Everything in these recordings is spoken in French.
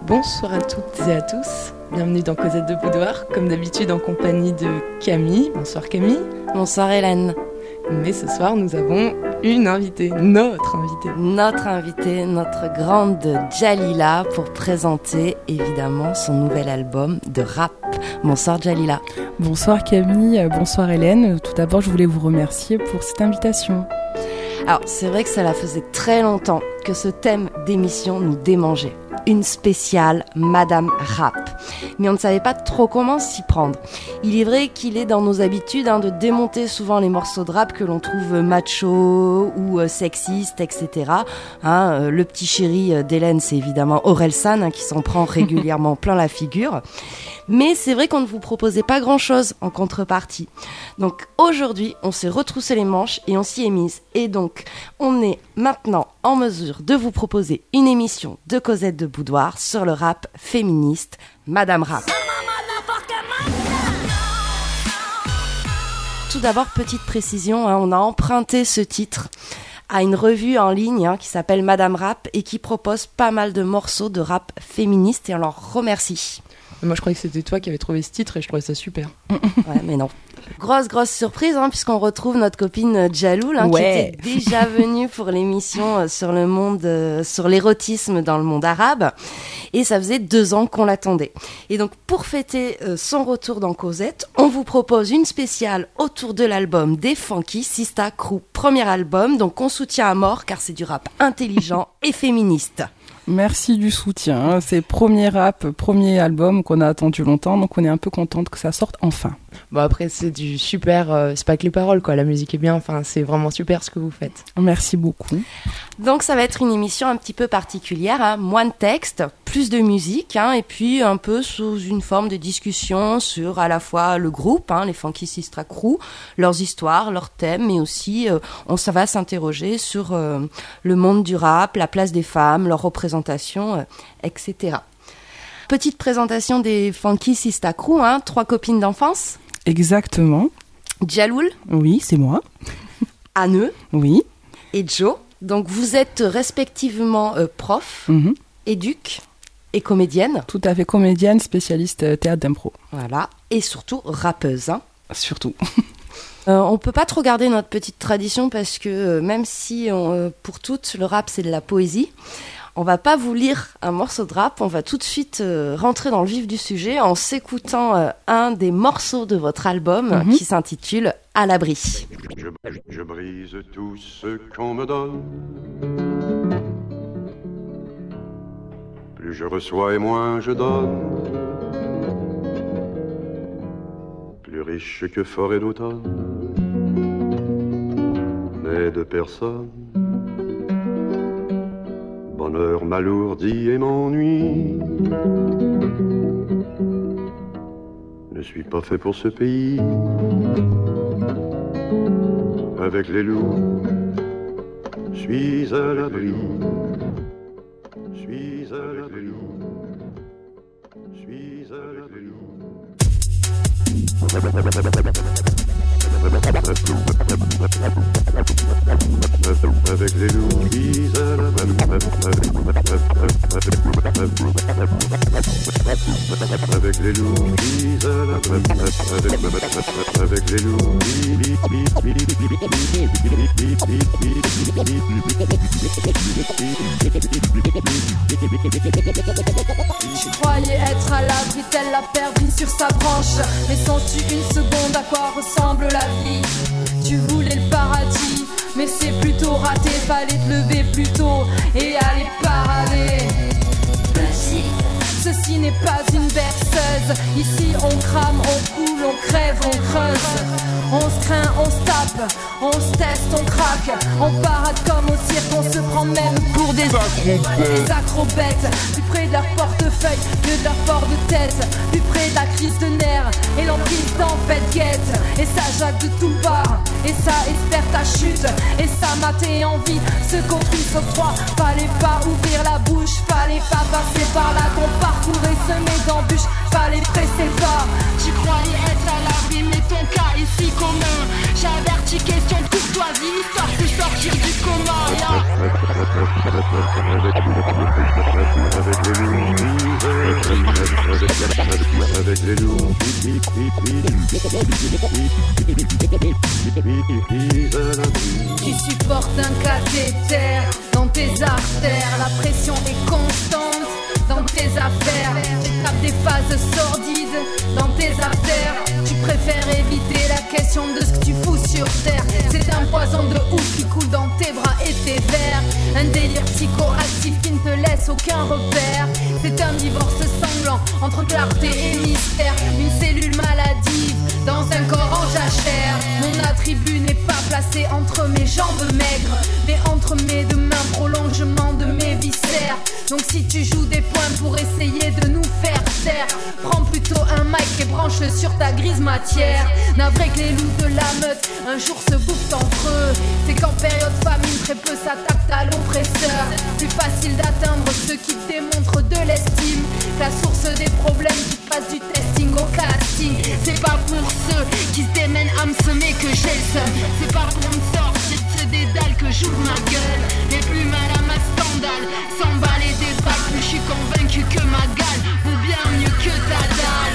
Bonsoir à toutes et à tous, bienvenue dans Cosette de Boudoir, comme d'habitude en compagnie de Camille. Bonsoir Camille. Bonsoir Hélène. Mais ce soir nous avons une invitée, notre invitée, notre grande Djalila, pour présenter évidemment son nouvel album de rap. Bonsoir Djalila. Bonsoir Camille, bonsoir Hélène. Tout d'abord je voulais vous remercier pour cette invitation. Alors c'est vrai que cela faisait très longtemps que ce thème d'émission nous démangeait. Une spéciale Madame Rap. Mais on ne savait pas trop comment s'y prendre. Il est vrai qu'il est dans nos habitudes de démonter souvent les morceaux de rap que l'on trouve macho ou sexistes, etc. Le petit chéri d'Hélène, c'est évidemment Orelsan qui s'en prend régulièrement plein la figure. Mais c'est vrai qu'on ne vous proposait pas grand-chose en contrepartie. Donc aujourd'hui, on s'est retroussé les manches et on s'y est mise. Et donc, on est maintenant en mesure de vous proposer une émission de Cosette de Boudoir sur le rap féministe, Madame Rap. Tout d'abord, petite précision, on a emprunté ce titre à une revue en ligne qui s'appelle Madame Rap et qui propose pas mal de morceaux de rap féministe et on leur remercie. Moi je croyais que c'était toi qui avais trouvé ce titre et je trouvais ça super. Ouais, mais non. Grosse surprise, puisqu'on retrouve notre copine Djaloul, qui était déjà venue pour l'émission sur le monde, sur l'érotisme dans le monde arabe. Et ça faisait 2 ans qu'on l'attendait. Et donc, pour fêter son retour dans Cosette, on vous propose une spéciale autour de l'album des Funky Sista Crew. Premier album, donc on soutient à mort, car c'est du rap intelligent et féministe. Merci du soutien. C'est premier rap, premier album qu'on a attendu longtemps, donc on est un peu contente que ça sorte enfin. Bon après c'est du super, c'est pas que les paroles quoi, la musique est bien, enfin c'est vraiment super ce que vous faites. Merci beaucoup. Donc ça va être une émission un petit peu particulière, moins de texte, plus de musique, et puis un peu sous une forme de discussion sur à la fois le groupe, les Funky Sista Crew, leurs histoires, leurs thèmes, mais aussi ça va s'interroger sur le monde du rap, la place des femmes, leur représentation, etc. Petite présentation des Funky Sista Crew, 3 copines d'enfance. Exactement. Djaloul. Oui, c'est moi. Anne. Oui. Et Joe. Donc vous êtes respectivement prof, éduc et comédienne. Tout à fait, comédienne, spécialiste théâtre d'impro. Voilà. Et surtout rappeuse. Surtout. On peut pas trop garder notre petite tradition parce que même si pour toutes le rap c'est de la poésie, on va pas vous lire un morceau de rap, on va tout de suite rentrer dans le vif du sujet en s'écoutant un des morceaux de votre album qui s'intitule À l'abri. Je brise tout ce qu'on me donne. Plus je reçois et moins je donne. Plus riche que forêt d'automne, mais de personne. Bonheur m'alourdit et m'ennuie. Ne suis pas fait pour ce pays. Avec les loups, suis à l'abri. Suis à l'abri. Suis à l'abri. Avec les loups, suis à l'abri. Avec les loups, suis à l'abri. Avec les loups, tu croyais être à l'abri, tel la perdrix sur sa branche. Mais sens-tu une seconde à quoi ressemble la vie? Tu voulais le paradis, mais c'est plutôt raté. Fallait te lever plus tôt et aller parader. Ceci n'est pas une berceuse. Ici on crame, on coule, on crève, on creuse. On se craint, on se tape, on se teste, on craque. On parade comme au cirque, on se prend même pour des acrobêtes. Plus près de leur portefeuille que de leur port de tête. Plus près de la crise de nerfs et l'emprise d'en fait guette. Et ça jappe de tout part, et ça espère ta chute. Et ça m'a tes envie, ce construit s'octroie. Fallait pas ouvrir la bouche, fallait pas passer par là. Ton parcours est semé d'embûches, fallait presser le pas. Tu croyais être à l'abri, mais ton cas est si commun. J'avertis, question de courtoisie, histoire de sortir du coma. Avec les loups, les loups visent l'abri. Tu supportes un cathéter dans tes artères, la pression est constante dans tes affaires. Tu tapes des phases sordides dans tes artères. Tu préfères éviter la question de ce que tu fous sur terre. C'est un poison de ouf qui coule dans tes bras et tes vers. Un délire psychoactif qui ne te laisse aucun repère. C'est un divorce sanglant entre clarté et mystère. Une cellule maladive dans un corps en jachère. Mon attribut n'est pas placé entre mes jambes maigres, mais entre mes deux mains, prolongement de mes viscères. Donc si tu joues des points pour essayer de nous faire taire, prends plutôt un mic et branche-le sur ta grise matière. Navré que les loups de la meute un jour se bouffent entre eux. C'est qu'en période famine très peu s'attaquent à l'oppresseur. Plus facile d'atteindre ceux qui démontrent de l'estime, la source des problèmes qui passent du testing au casting. C'est pas pour ceux qui se démènent à me semer que j'ai le seum. C'est pas pour me sortir de ce dédale que j'ouvre ma gueule. Les plus mal à ma scandale, s'emballer des balles. Plus je suis convaincu que ma gale vaut bien mieux que ta dalle.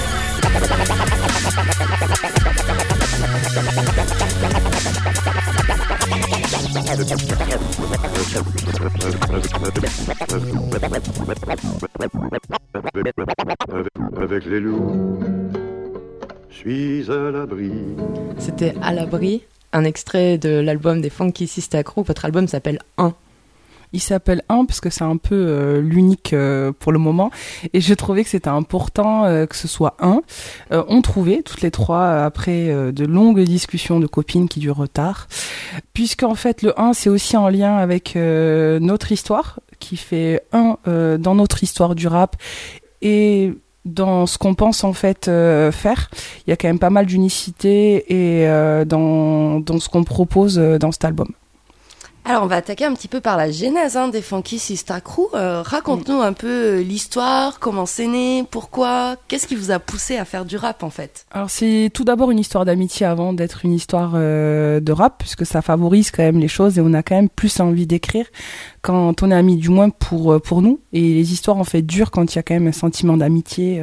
Avec les loups, suis à l'abri. C'était À l'abri, un extrait de l'album des Funky Sister Crew. Votre album s'appelle 1. Il s'appelle 1 parce que c'est un peu l'unique pour le moment, et je trouvais que c'était important que ce soit 1. On trouvait toutes les trois après de longues discussions de copines qui durent tard, puisqu'en fait le 1 c'est aussi en lien avec notre histoire, qui fait 1 dans notre histoire du rap et dans ce qu'on pense en fait faire. Il y a quand même pas mal d'unicité et dans ce qu'on propose dans cet album. Alors, on va attaquer un petit peu par la genèse des Funky Sister Crew. Raconte-nous un peu l'histoire, comment c'est né, pourquoi, qu'est-ce qui vous a poussé à faire du rap en fait? Alors, c'est tout d'abord une histoire d'amitié avant d'être une histoire de rap, puisque ça favorise quand même les choses et on a quand même plus envie d'écrire quand on est amis, du moins pour nous. Et les histoires en fait durent quand il y a quand même un sentiment d'amitié.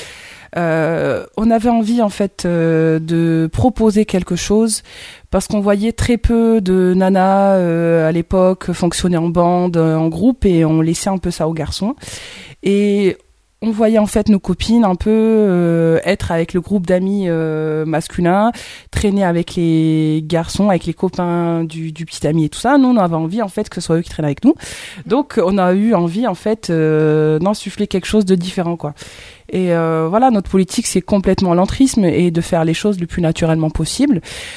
On avait envie en fait de proposer quelque chose parce qu'on voyait très peu de nanas à l'époque fonctionner en bande, en groupe, et on laissait un peu ça aux garçons. Et on voyait en fait nos copines un peu être avec le groupe d'amis masculins, traîner avec les garçons, avec les copains du petit ami et tout ça. Nous, on avait envie en fait que ce soit eux qui traînent avec nous. Donc, on a eu envie en fait d'insuffler quelque chose de différent, quoi. Et voilà, notre politique, c'est complètement l'entrisme et de faire les choses le plus naturellement possible.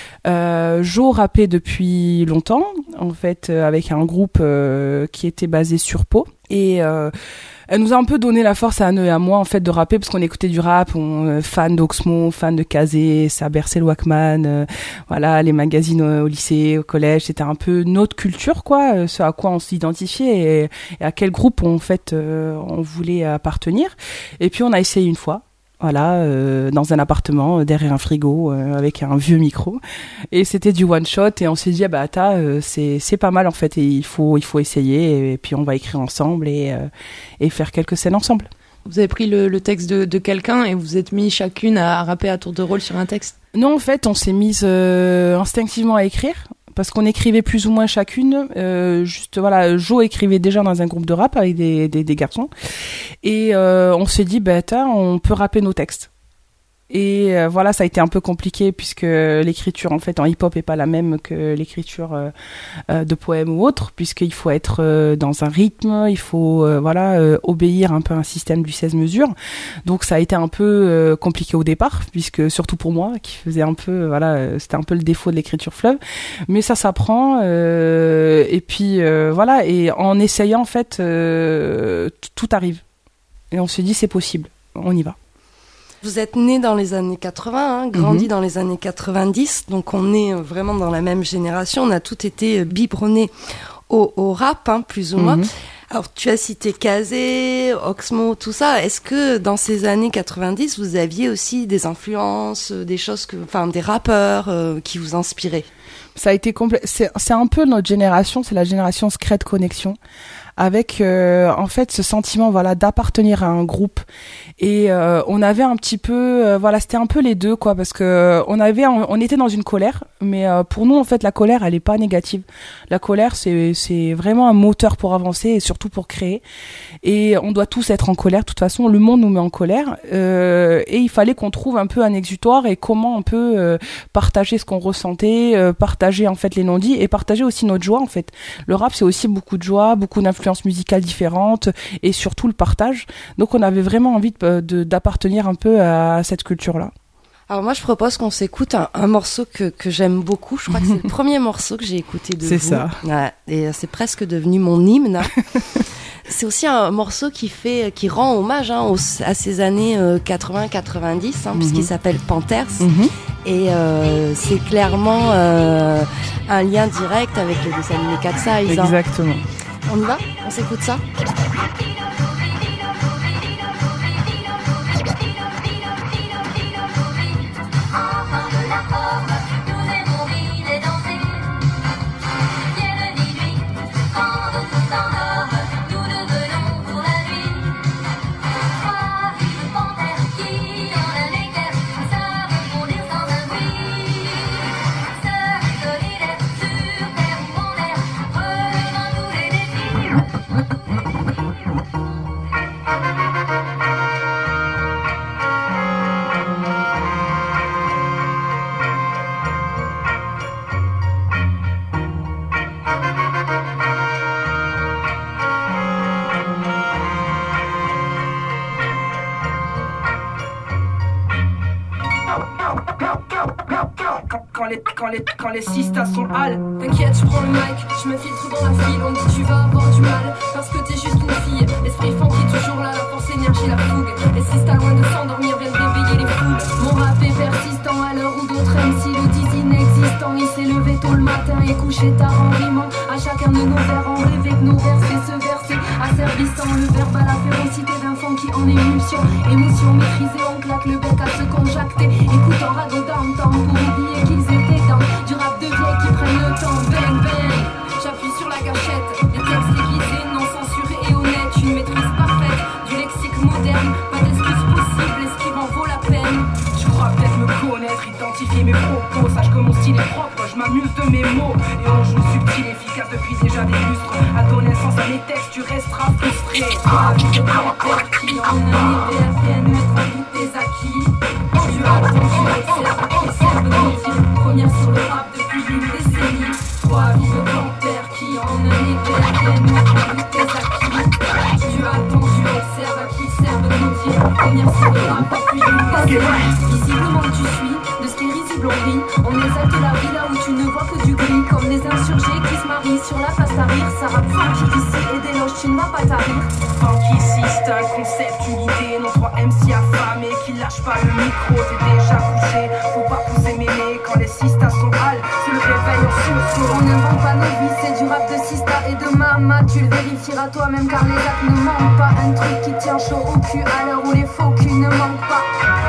Jo rappait depuis longtemps, en fait, avec un groupe qui était basé sur Pau. Et elle nous a un peu donné la force à Anne et à moi, en fait, de rapper, parce qu'on écoutait du rap, fan d'Oxmo, fan de Kazé, ça berçait le Walkman, voilà, les magazines au lycée, au collège, c'était un peu notre culture, quoi, ce à quoi on s'identifiait et à quel groupe, en fait, on voulait appartenir. Et puis, on a essayé une fois. Voilà, dans un appartement, derrière un frigo, avec un vieux micro. Et c'était du one shot, et on s'est dit, c'est pas mal, en fait, et il faut essayer, et puis on va écrire ensemble, et faire quelques scènes ensemble. Vous avez pris le texte de quelqu'un, et vous êtes mis chacune à rapper à tour de rôle sur un texte? Non, en fait, on s'est mise instinctivement à écrire, parce qu'on écrivait plus ou moins chacune. Juste, voilà, Jo écrivait déjà dans un groupe de rap avec des garçons. Et on s'est dit, on peut rapper nos textes. Et voilà, ça a été un peu compliqué puisque l'écriture en fait en hip-hop est pas la même que l'écriture de poèmes ou autre, puisqu'il faut être dans un rythme, il faut obéir un peu à un système du 16 mesures. Donc ça a été un peu compliqué au départ, puisque surtout pour moi qui faisait un peu c'était un peu le défaut de l'écriture fleuve, mais ça s'apprend et puis et en essayant en fait tout arrive. Et on se dit c'est possible, on y va. Vous êtes né dans les années 80, grandi dans les années 90, donc on est vraiment dans la même génération. On a tous été biberonnés au rap, plus ou moins. Alors, tu as cité Kazé, Oxmo, tout ça. Est-ce que dans ces années 90, vous aviez aussi des influences, des choses des rappeurs qui vous inspiraient? Ça a été c'est un peu notre génération, c'est la génération Secret Connection. avec en fait ce sentiment voilà d'appartenir à un groupe. Et on avait un petit peu voilà, c'était un peu les deux quoi, parce que on était dans une colère, mais pour nous en fait la colère elle est pas négative. La colère c'est vraiment un moteur pour avancer et surtout pour créer. Et on doit tous être en colère, de toute façon le monde nous met en colère, et il fallait qu'on trouve un peu un exutoire et comment on peut partager ce qu'on ressentait, partager en fait les non-dits et partager aussi notre joie en fait. Le rap c'est aussi beaucoup de joie, beaucoup d'influences musicales différentes et surtout le partage. Donc on avait vraiment envie d'appartenir un peu à cette culture-là. Alors moi je propose qu'on s'écoute un morceau que j'aime beaucoup. Je crois que c'est le premier morceau que j'ai écouté de vous. C'est ça. Ouais, et c'est presque devenu mon hymne. C'est aussi un morceau qui rend hommage à ces années 80-90, puisqu'il s'appelle Panthers. Et c'est clairement un lien direct avec le dessin animé Cat Size. Exactement. On y va ? On s'écoute ça ? Quand les sistas sont hal. T'inquiète, je prends le mic, je me filtre dans la file. On me dit tu vas avoir du mal parce que t'es juste une fille. L'esprit funky toujours là, la force, énergie, la fougue. Les sistas loin de s'endormir viennent réveiller les foules. Mon rap est persistant à l'heure où d'autres MC le disent inexistant. Il s'est levé tôt le matin et couché tard en rimant. À chacun de nos vers en rêver que nos versets se verser. Asservissant le verbe à la férocité d'un funky en émulsion. Émotion maîtrisée, on claque le bec à se conjacter. Écoutant radeau downtown pour oublier qu'ils étaient dans du rap de vieilles qui prennent le temps. Bang bang, j'appuie sur la gâchette. Les textes aiguisés, non censurés et honnêtes. Une maîtrise parfaite du lexique moderne. Pas d'excuse possible, esquive en vaut la peine. Tu crois peut-être me connaître, identifier mes propos. Sache que mon style est propre, je m'amuse de mes mots. Et on joue subtil, efficace depuis déjà des lustres. À donner sens à mes textes, tu resteras frustré. Avec des panthères qui en un hiver viennent mettre en doute tes acquis. Tu as attendu, observe à qui servent nos dires. Première sur le rap depuis une décennie. Trois vives panthères qui en un hiver viennent mettre en doute tes acquis. Tu as attendu, observe à qui servent nos dires. Première sur le rap depuis une décennie. Visiblement tu suis de ce qui est risible en gris. On exalte la vie là où tu ne vois que du gris. Comme des insurgés qui se marient sur la place d'arrir. Ça rappe funky ici et des loges tu ne vas pas tarir. Funky ici c'est un concept, une idée. Non 3 MC affamés qui lâchent pas le micro. T'es déjà couché, faut pas pousser mémé. Quand les sistas sont hal, c'est le réveil en sursaut. On n'invente pas nos vies, c'est du rap de sista et de mama. Tu le vérifieras toi-même car les actes ne mentent pas. Un truc qui tient chaud au cul à l'heure où les faux culs ne manquent pas.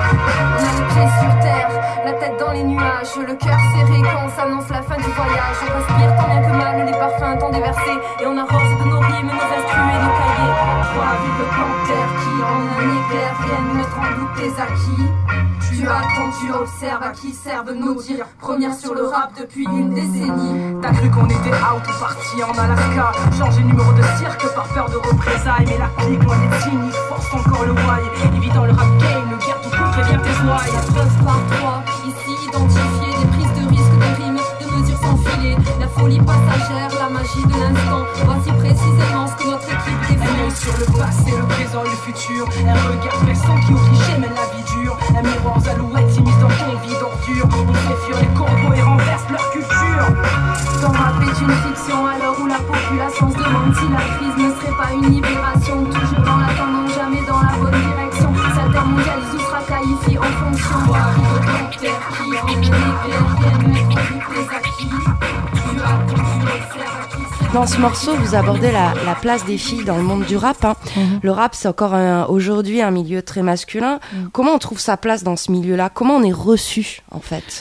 On a les pieds sur terre, la tête dans les nuages, le cœur serré quand on s'annonce la fin du voyage. On respire tant bien que mal, les parfums tant déversés. Et on arrose de nos rimes, nos instruments et nos cahiers. Trois vives panthères qui en un éclair viennent mettre en doute tes acquis. Tu as attendu, observe à qui servent nos dires. Première sur le rap depuis une décennie. T'as cru qu'on était out ou parti en Alaska. Changer numéro de cirque par peur de représailles. Mais la clique loin d'être cynique force encore le why. Évitant le rap game, le guerre tout court prévient tes ouailles. 9 par 3, ici identifié. Des prises de risque, des rimes, de mesures sans filet. La folie passagère, la magie de l'instant. Voici précisément ce que notre équipe défend. Un œil sur le passé, le présent et le futur. Un regard pressant qui au cliché mène la vie dure. Un miroir aux alouettes immisce dans ton vide ordure. On fait fuir les corbeaux et renverse leur culture. Ton rap est une fiction à l'heure où la population se demande si la crise ne serait pas une libération. Toujours dans l'attendant, jamais dans la bonne direction. S'altermondialise ou sera qualifié en fonction. Trois vives panthères qui en un éclair viennent mettre en doute les acquis. Tu as attendu, observe à qui servent. Dans ce morceau, vous abordez la place des filles dans le monde du rap. Le rap, c'est encore aujourd'hui un milieu très masculin. Comment on trouve sa place dans ce milieu-là ? Comment on est reçu, en fait ?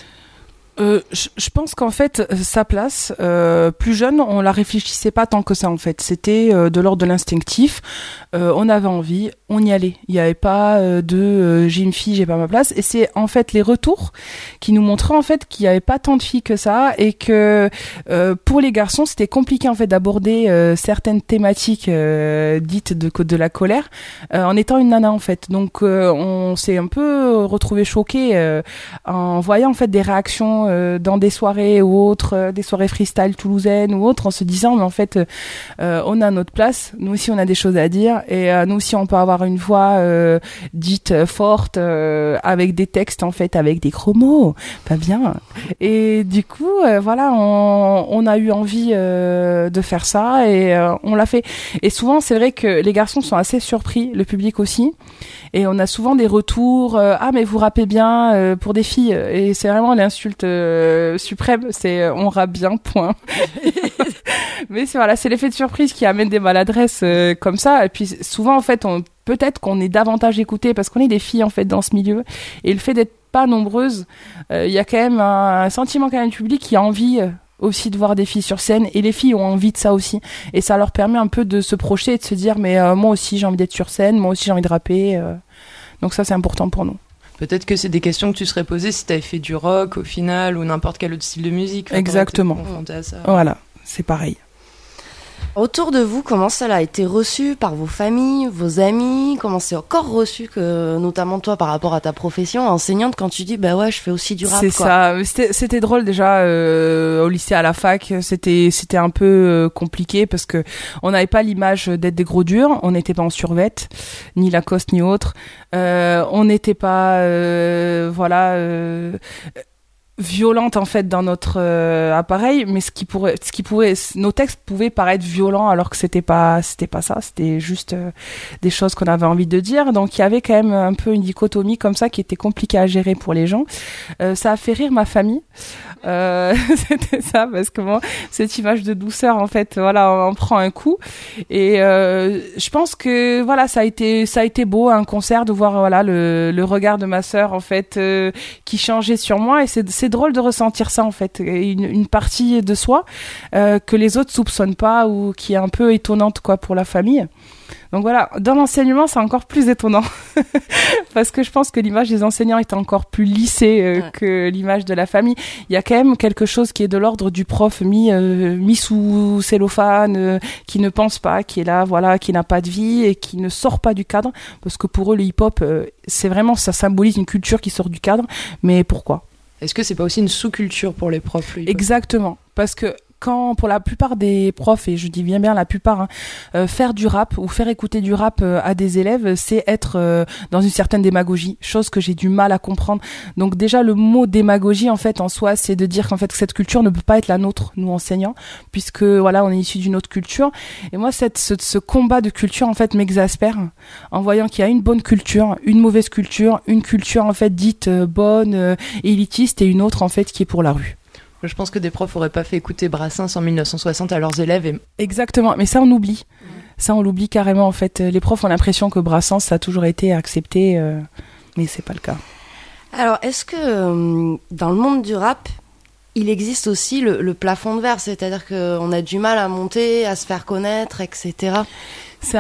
Je pense qu'en fait, sa place, plus jeune, on la réfléchissait pas tant que ça en fait. C'était de l'ordre de l'instinctif. On avait envie, on y allait. Il n'y avait pas j'ai une fille, j'ai pas ma place. Et c'est en fait les retours qui nous montraient en fait qu'il n'y avait pas tant de filles que ça et que pour les garçons, c'était compliqué en fait d'aborder certaines thématiques dites de la colère en étant une nana en fait. Donc on s'est un peu retrouvé choqués en voyant en fait des réactions dans des soirées ou autres, des soirées freestyle toulousaines ou autres, en se disant mais en fait on a notre place, nous aussi on a des choses à dire et nous aussi on peut avoir une voix dite forte avec des textes en fait avec des gros mots, pas bien. Et du coup voilà, on a eu envie de faire ça et on l'a fait. Et souvent c'est vrai que les garçons sont assez surpris, le public aussi, et on a souvent des retours ah mais vous rappez bien pour des filles, et c'est vraiment l'insulte suprême, c'est on rappe bien, point. Mais c'est l'effet de surprise qui amène des maladresses comme ça. Et puis souvent en fait peut-être qu'on est davantage écouté parce qu'on est des filles en fait dans ce milieu, et le fait d'être pas nombreuses, il y a quand même un sentiment quand même du public qui a envie aussi de voir des filles sur scène, et les filles ont envie de ça aussi, et ça leur permet un peu de se projeter et de se dire mais moi aussi j'ai envie d'être sur scène, moi aussi j'ai envie de rapper, donc ça c'est important pour nous. Peut-être que c'est des questions que tu serais posées si tu avais fait du rock au final, ou n'importe quel autre style de musique. Exactement. À ça. Voilà, c'est pareil. Autour de vous, comment ça a été reçu par vos familles, vos amis? Comment c'est encore reçu, que notamment toi par rapport à ta profession enseignante, quand tu dis bah ouais je fais aussi du rap? C'est quoi. Ça, c'était drôle déjà au lycée, à la fac, c'était un peu compliqué parce que on n'avait pas l'image d'être des gros durs, on n'était pas en survêt, ni Lacoste ni autre, on n'était pas violente en fait dans notre appareil, mais nos textes pouvaient paraître violents alors que c'était pas ça, c'était juste des choses qu'on avait envie de dire. Donc il y avait quand même un peu une dichotomie comme ça qui était compliquée à gérer pour les gens. Ça a fait rire ma famille. C'était ça, parce que moi, cette image de douceur en fait, voilà, on prend un coup, et je pense que voilà, ça a été beau un concert de voir voilà le regard de ma sœur en fait qui changeait sur moi, et c'est drôle de ressentir ça en fait, une partie de soi que les autres soupçonnent pas, ou qui est un peu étonnante quoi pour la famille. Donc voilà, dans l'enseignement, c'est encore plus étonnant parce que je pense que l'image des enseignants est encore plus lissée que l'image de la famille. Il y a quand même quelque chose qui est de l'ordre du prof mis sous cellophane, qui ne pense pas, qui est là, voilà, qui n'a pas de vie et qui ne sort pas du cadre, parce que pour eux, le hip-hop, c'est vraiment, ça symbolise une culture qui sort du cadre. Mais pourquoi ? Est-ce que c'est pas aussi une sous-culture pour les profs, le hip-hop ? Exactement, parce que quand, pour la plupart des profs, et je dis bien la plupart, faire du rap ou faire écouter du rap à des élèves, c'est être dans une certaine démagogie, chose que j'ai du mal à comprendre. Donc déjà, le mot démagogie, en fait, en soi, c'est de dire qu'en fait, cette culture ne peut pas être la nôtre, nous enseignants, puisque voilà, on est issus d'une autre culture. Et moi, ce combat de culture, en fait, m'exaspère, en voyant qu'il y a une bonne culture, une mauvaise culture, une culture, en fait, dite bonne, élitiste, et une autre, en fait, qui est pour la rue. Je pense que des profs n'auraient pas fait écouter Brassens en 1960 à leurs élèves. Exactement, mais ça on oublie. Ça on l'oublie carrément en fait. Les profs ont l'impression que Brassens ça a toujours été accepté, mais c'est pas le cas. Alors est-ce que dans le monde du rap, il existe aussi le plafond de verre, c'est-à-dire qu'on a du mal à monter, à se faire connaître, etc. C'est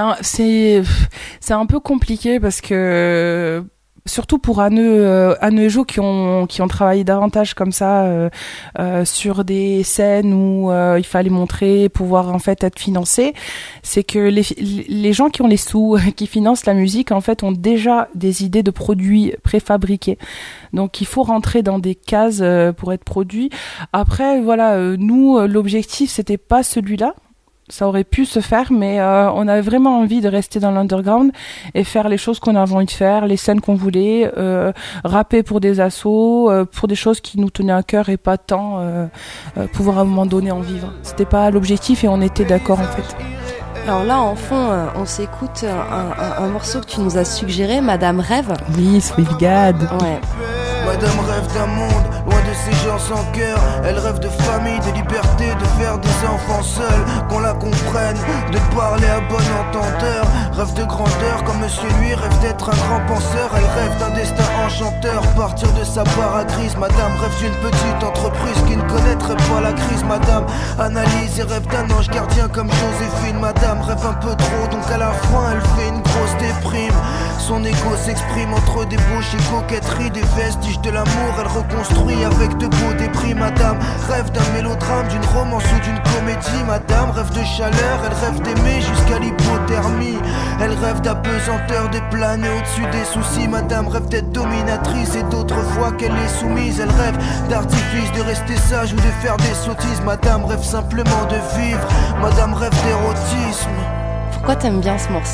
un peu compliqué parce que... Surtout pour Anne et Jo qui ont travaillé davantage comme ça sur des scènes où il fallait montrer, pouvoir en fait être financé, c'est que les gens qui ont les sous, qui financent la musique, en fait ont déjà des idées de produits préfabriqués. Donc il faut rentrer dans des cases pour être produit. Après voilà, nous l'objectif c'était pas celui-là. Ça aurait pu se faire, mais on avait vraiment envie de rester dans l'underground et faire les choses qu'on avait envie de faire, les scènes qu'on voulait, rapper pour des assos, pour des choses qui nous tenaient à cœur, et pas tant pouvoir à un moment donné en vivre. C'était pas l'objectif et on était d'accord en fait. Alors là, en fond, on s'écoute un morceau que tu nous as suggéré, Madame Rêve. Oui, Swift Gad. Ouais. Madame rêve d'un monde loin de ces gens sans cœur. Elle rêve de famille, de liberté, de faire des enfants seuls, qu'on la comprenne, de parler à bon entendeur. rêve de grandeur comme monsieur lui, rêve d'être un grand penseur. Elle rêve d'un destin enchanteur, partir de sa barre grise. Madame rêve d'une petite entreprise qui ne connaîtrait pas la crise. Madame analyse et rêve d'un ange gardien comme Joséphine. Madame rêve un peu trop, donc à la fin elle fait une grosse déprime. Son ego s'exprime entre débauche et coquetterie, des vestiges de l'amour. Elle reconstruit avec de beaux débris. Madame rêve d'un mélodrame, d'une romance ou d'une comédie. Madame rêve de chaleur, elle rêve d'aimer jusqu'à l'hypothermie. Elle rêve d'apesanteur, de planer au-dessus des soucis. Madame rêve d'être dominatrice et d'autres fois qu'elle est soumise. Elle rêve d'artifice, de rester sage ou de faire des sottises. Madame rêve simplement de vivre. Madame rêve d'érotisme. Pourquoi t'aimes bien ce morceau ?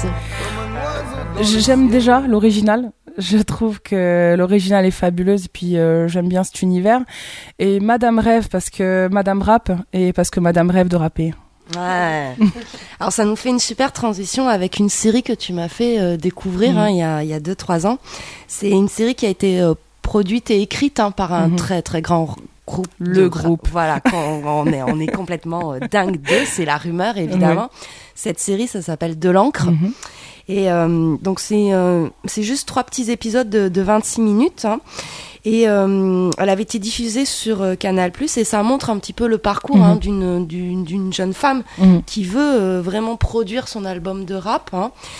J'aime déjà l'original. Je trouve que l'original est fabuleuse et puis j'aime bien cet univers. Et Madame rêve parce que Madame rappe et parce que Madame rêve de rapper. Ouais. Alors ça nous fait une super transition avec une série que tu m'as fait découvrir il y a 2-3 ans. C'est une série qui a été produite et écrite par un très très grand groupe. Le groupe. Voilà, on est complètement dingue d'eux, c'est La Rumeur évidemment. Cette série, ça s'appelle De l'encre. Et donc c'est juste 3 petits épisodes de 26 minutes. Et elle avait été diffusée sur Canal+, et ça montre un petit peu le parcours d'une jeune femme qui veut vraiment produire son album de rap.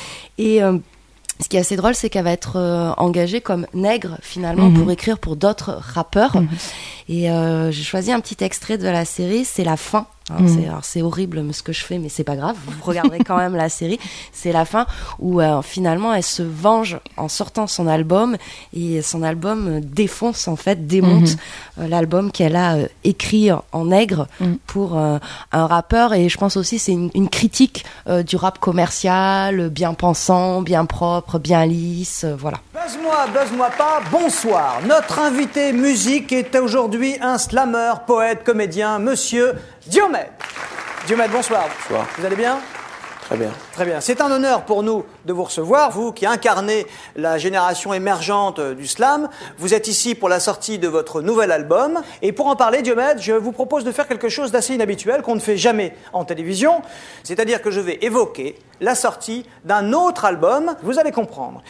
Et ce qui est assez drôle, c'est qu'elle va être engagée comme nègre, finalement, pour écrire pour d'autres rappeurs. Et j'ai choisi un petit extrait de la série, c'est la fin. C'est horrible ce que je fais, mais c'est pas grave, vous regarderez quand même la série. C'est la fin où finalement elle se venge en sortant son album, et son album défonce, en fait, démonte l'album qu'elle a écrit en nègre pour un rappeur. Et je pense aussi c'est une critique du rap commercial, bien pensant, bien propre, bien lisse, voilà. Buzz-moi pas, bonsoir. Notre invité musique est aujourd'hui un slammer, poète, comédien, monsieur Diomède. Diomède, bonsoir. Bonsoir. Vous allez bien ? Très bien. Très bien. C'est un honneur pour nous de vous recevoir, vous qui incarnez la génération émergente du slam. Vous êtes ici pour la sortie de votre nouvel album. Et pour en parler, Diomède, je vous propose de faire quelque chose d'assez inhabituel qu'on ne fait jamais en télévision. C'est-à-dire que je vais évoquer la sortie d'un autre album. Vous allez comprendre.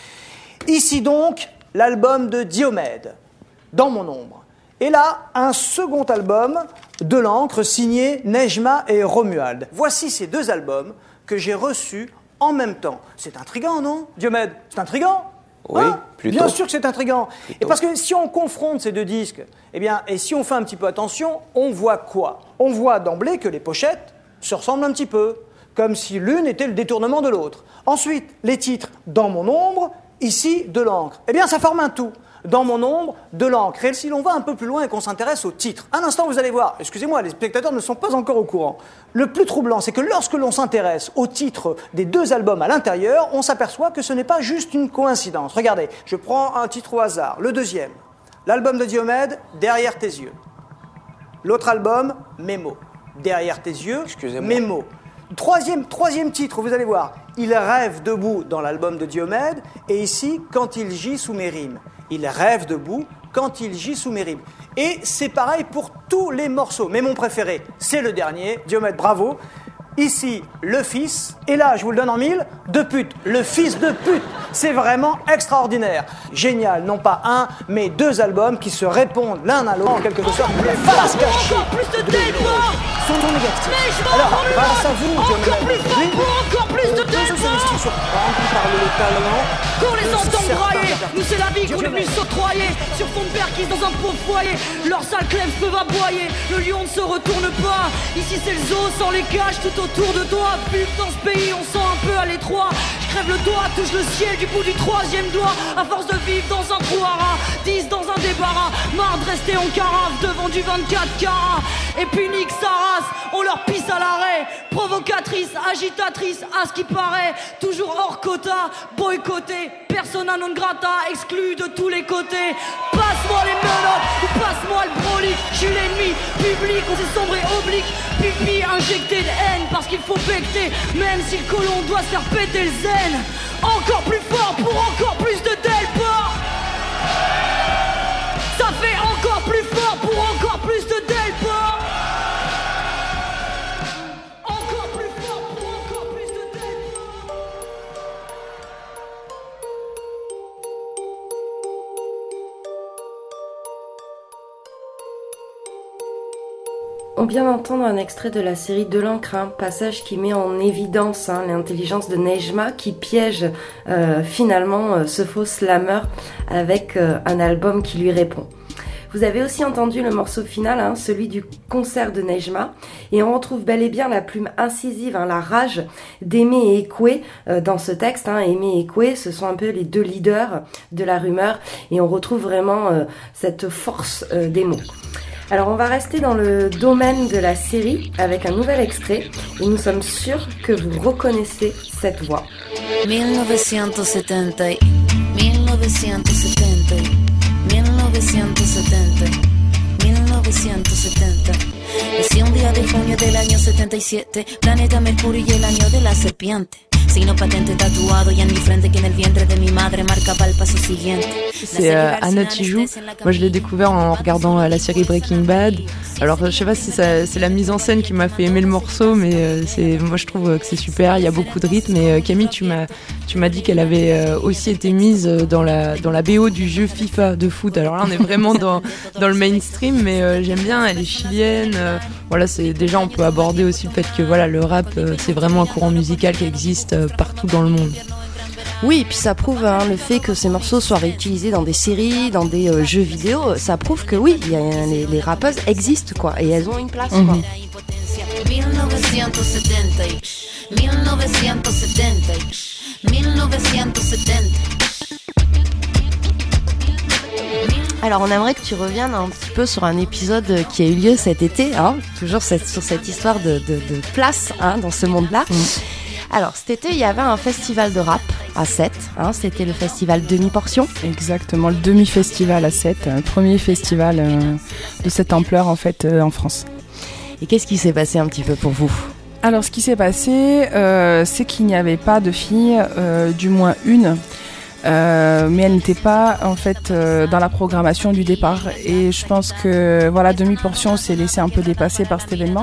Ici donc, l'album de Diomède, Dans mon ombre. Et là, un second album, De l'encre, signé Nejma et Romuald. Voici ces 2 albums que j'ai reçus en même temps. C'est intriguant, non, Diomède ? C'est intriguant ? Oui, plutôt. Bien sûr que c'est intriguant. Plutôt. Et parce que si on confronte ces 2 disques, et si on fait un petit peu attention, on voit quoi ? On voit d'emblée que les pochettes se ressemblent un petit peu, comme si l'une était le détournement de l'autre. Ensuite, les titres Dans mon ombre, ici De l'encre. Eh bien, ça forme un tout. Dans mon ombre, De l'encre. Et si l'on va un peu plus loin et qu'on s'intéresse au titre, un instant, vous allez voir, excusez-moi, les spectateurs ne sont pas encore au courant. Le plus troublant, c'est que lorsque l'on s'intéresse au titre des 2 albums à l'intérieur, on s'aperçoit que ce n'est pas juste une coïncidence. Regardez, je prends un titre au hasard. Le deuxième, l'album de Diomède, Derrière tes yeux. L'autre album, Mémo. Derrière tes yeux, Excusez-moi. Mémo. Troisième titre, vous allez voir. Il rêve debout dans l'album de Diomède, et ici, Quand il gît sous mes rimes. Il rêve debout quand il gît sous mes rimes. Et c'est pareil pour tous les morceaux. Mais mon préféré, c'est le dernier. Diomède, bravo. Ici, le fils. Et là, je vous le donne en 1000, de pute. Le fils de pute. C'est vraiment extraordinaire. Génial. Non pas un, mais 2 albums qui se répondent l'un à l'autre en quelque sorte. Les faces cachées sont non négatives. Alors, grâce à vous, Encore plus de par le talent. Qu'on les entend brailler, nous c'est la vie qu'on est venu s'octroyer. Sur fond de perquise dans un pauvre foyer, leurs sales clèves peuvent aboyer. Le lion ne se retourne pas, ici c'est le zoo sans les cages tout autour de toi. Pub dans ce pays, on sent un peu à l'étroit. Je crève le doigt, touche le ciel du bout du 3e doigt. À force de vivre dans un trou à rats, 10 dans un débarras. Marre de rester en carafe devant du 24 carats. Et puis nique sa race, on leur pisse à l'arrêt. Provocatrice, agitatrice, à ce qui paraît, toujours hors quota, boycotté, persona non grata, exclu de tous les côtés. Passe-moi les menottes ou passe-moi le brolic. Je suis l'ennemi public, on s'est sombré oblique. Pipi injecté de haine parce qu'il faut becter. Même si le colon doit se faire péter le zen. Encore plus fort pour encore plus de delport. Ça fait encore plus fort pour encore plus de delport. On vient d'entendre un extrait de la série De l'encre, un passage qui met en évidence l'intelligence de Nejma qui piège finalement ce faux slammer avec un album qui lui répond. Vous avez aussi entendu le morceau final, celui du concert de Nejma, et on retrouve bel et bien la plume incisive, la rage d'Aimé et Ekoué dans ce texte. Aimé et Ekoué, ce sont un peu les deux leaders de la rumeur, et on retrouve vraiment cette force des mots. Alors on va rester dans le domaine de la série avec un nouvel extrait, et nous sommes sûrs que vous reconnaissez cette voix. 1970, 1970. 1970, 1970. Nací un día de junio del año 77, planeta Mercurio y el año de la serpiente. Signo patente tatuado y en mi frente que en el vientre de mi madre marcaba el paso siguiente. C'est Anna Tijoux. Moi je l'ai découvert en regardant la série Breaking Bad. Alors je sais pas si c'est la mise en scène qui m'a fait aimer le morceau, mais moi je trouve que c'est super, il y a beaucoup de rythme. Et Camille, tu m'as dit qu'elle avait aussi été mise dans la BO du jeu FIFA de foot. Alors là on est vraiment dans le mainstream, mais j'aime bien, elle est chilienne. Voilà, c'est déjà on peut aborder aussi le fait que voilà, le rap c'est vraiment un courant musical qui existe partout dans le monde. Oui, et puis ça prouve le fait que ces morceaux soient réutilisés dans des séries, dans des jeux vidéo. Ça prouve que oui, les rappeuses existent quoi, et elles ont une place quoi. 1970. Alors on aimerait que tu reviennes un petit peu sur un épisode qui a eu lieu cet été, toujours sur cette histoire de place dans ce monde-là. Alors cet été il y avait un festival de rap à Sète, c'était le festival Demi-Portion. Exactement, le Demi-Festival à Sète, premier festival de cette ampleur en fait en France. Et qu'est-ce qui s'est passé un petit peu pour vous ? Alors ce qui s'est passé, c'est qu'il n'y avait pas de fille, du moins une. Mais elle n'était pas en fait dans la programmation du départ, et je pense que voilà, Demi-Portion s'est laissé un peu dépasser par cet événement.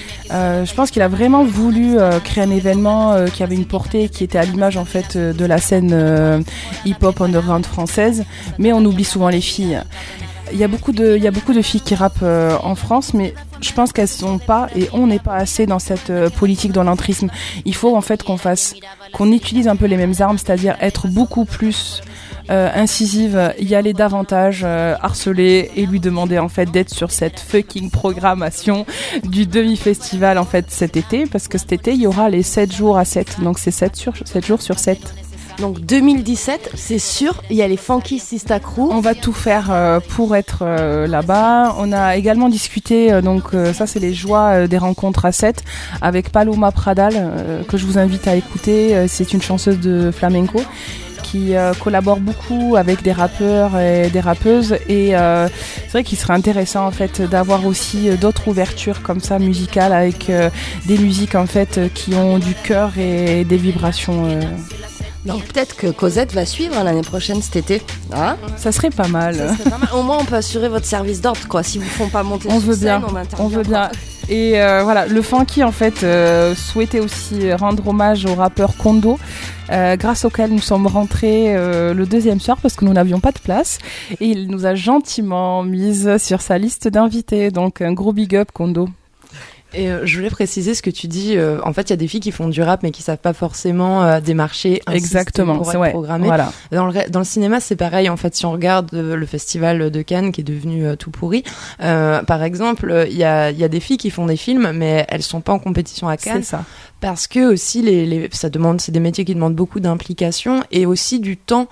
Je pense qu'il a vraiment voulu créer un événement qui avait une portée, qui était à l'image en fait de la scène hip-hop underground française, mais on oublie souvent les filles. Il y a beaucoup de filles qui rappent en France, mais je pense qu'elles sont pas, et on n'est pas assez dans cette politique de l'entrisme. Il faut en fait qu'on utilise un peu les mêmes armes, c'est-à-dire être beaucoup plus incisive, y aller davantage, harceler et lui demander en fait d'être sur cette fucking programmation du demi-festival en fait cet été, parce que cet été il y aura les 7 jours à 7, donc c'est 7 jours sur 7. Donc 2017, c'est sûr, il y a les Funky Sista Crew. On va tout faire pour être là-bas. On a également discuté, ça c'est les joies des rencontres à 7, avec Paloma Pradal, que je vous invite à écouter. C'est une chanteuse de flamenco qui collabore beaucoup avec des rappeurs et des rappeuses, et c'est vrai qu'il serait intéressant en fait d'avoir aussi d'autres ouvertures comme ça musicales, avec des musiques en fait qui ont du cœur et des vibrations. Donc peut-être que Cosette va suivre l'année prochaine cet été. Ça serait pas mal. Au moins on peut assurer votre service d'ordre quoi. Si vous font pas monter on sur veut scène, bien. On veut bien. Et voilà, le funky en fait souhaitait aussi rendre hommage au rappeur Kondo, grâce auquel nous sommes rentrés le deuxième soir parce que nous n'avions pas de place, et il nous a gentiment mise sur sa liste d'invités. Donc un gros big up Kondo. Et je voulais préciser ce que tu dis. En fait, il y a des filles qui font du rap mais qui savent pas forcément démarcher. Exactement, pour être programmées. Voilà. Dans le cinéma, c'est pareil. En fait, si on regarde le festival de Cannes qui est devenu tout pourri, par exemple, il y a des filles qui font des films, mais elles sont pas en compétition à Cannes. C'est ça. Parce que aussi c'est des métiers qui demandent beaucoup d'implication et aussi du temps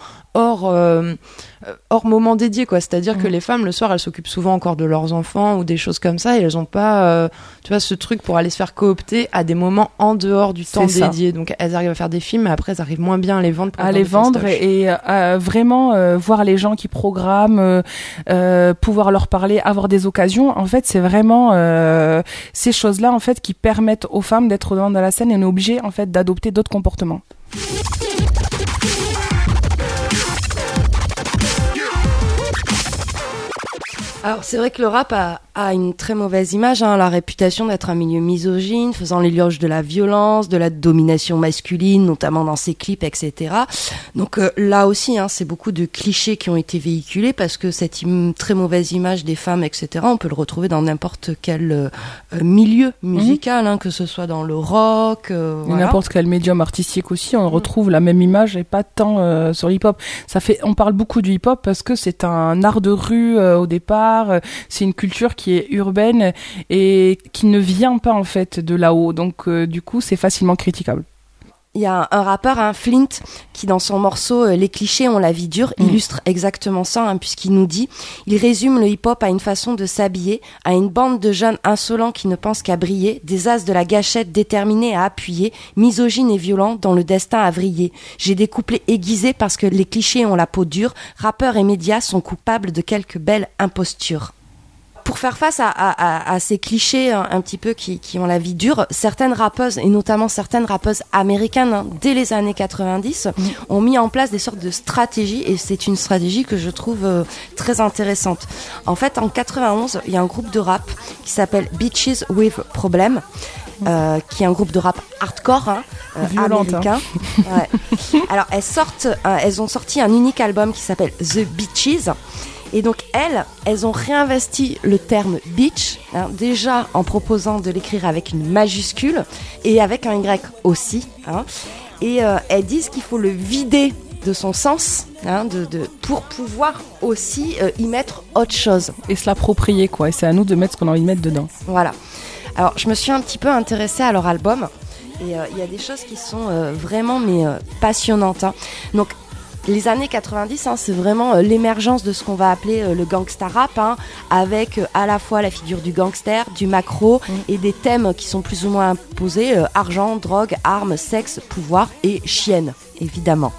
hors moment dédié quoi. C'est-à-dire que les femmes le soir elles s'occupent souvent encore de leurs enfants ou des choses comme ça, et elles ont pas ce truc pour aller se faire coopter à des moments en dehors du temps dédié. Donc elles arrivent à faire des films, mais après elles arrivent moins bien à les vendre et vraiment voir les gens qui programment, pouvoir leur parler, avoir des occasions. En fait c'est vraiment ces choses-là en fait qui permettent aux femmes d'être dans la scène, et on est obligé en fait d'adopter d'autres comportements. Alors c'est vrai que le rap a a une très mauvaise image, la réputation d'être un milieu misogyne, faisant l'éloge de la violence, de la domination masculine, notamment dans ses clips, etc. Donc là aussi, c'est beaucoup de clichés qui ont été véhiculés parce que cette très mauvaise image des femmes, etc., on peut le retrouver dans n'importe quel milieu musical, que ce soit dans le rock, voilà. N'importe quel médium artistique aussi, on retrouve la même image et pas tant sur l'hip-hop. On parle beaucoup du hip-hop parce que c'est un art de rue au départ, c'est une culture qui est urbaine et qui ne vient pas en fait de là-haut, donc du coup c'est facilement critiquable. Il y a un rappeur, Flint, qui dans son morceau Les clichés ont la vie dure, illustre exactement ça, puisqu'il nous dit, il résume le hip-hop à une façon de s'habiller, à une bande de jeunes insolents qui ne pensent qu'à briller, des as de la gâchette déterminés à appuyer, misogynes et violents dont le destin a vrillé. J'ai des couplets aiguisés parce que les clichés ont la peau dure, rappeurs et médias sont coupables de quelques belles impostures. Pour faire face à ces clichés un petit peu qui ont la vie dure, certaines rappeuses, et notamment certaines rappeuses américaines, dès les années 90, ont mis en place des sortes de stratégies, et c'est une stratégie que je trouve très intéressante. En fait, en 91, il y a un groupe de rap qui s'appelle Bitches with Problem, qui est un groupe de rap hardcore américain. Ouais. Alors, elles ont sorti un unique album qui s'appelle The Bitches. Et donc elles ont réinvesti le terme bitch, déjà en proposant de l'écrire avec une majuscule et avec un Y aussi. Et elles disent qu'il faut le vider de son sens pour pouvoir aussi y mettre autre chose. Et se l'approprier, quoi. Et c'est à nous de mettre ce qu'on a envie de mettre dedans. Voilà. Alors je me suis un petit peu intéressée à leur album et il y a des choses qui sont vraiment passionnantes. Donc les années 90, c'est vraiment l'émergence de ce qu'on va appeler le gangsta rap, avec à la fois la figure du gangster, du macro et des thèmes qui sont plus ou moins imposés, argent, drogue, armes, sexe, pouvoir et chienne, évidemment.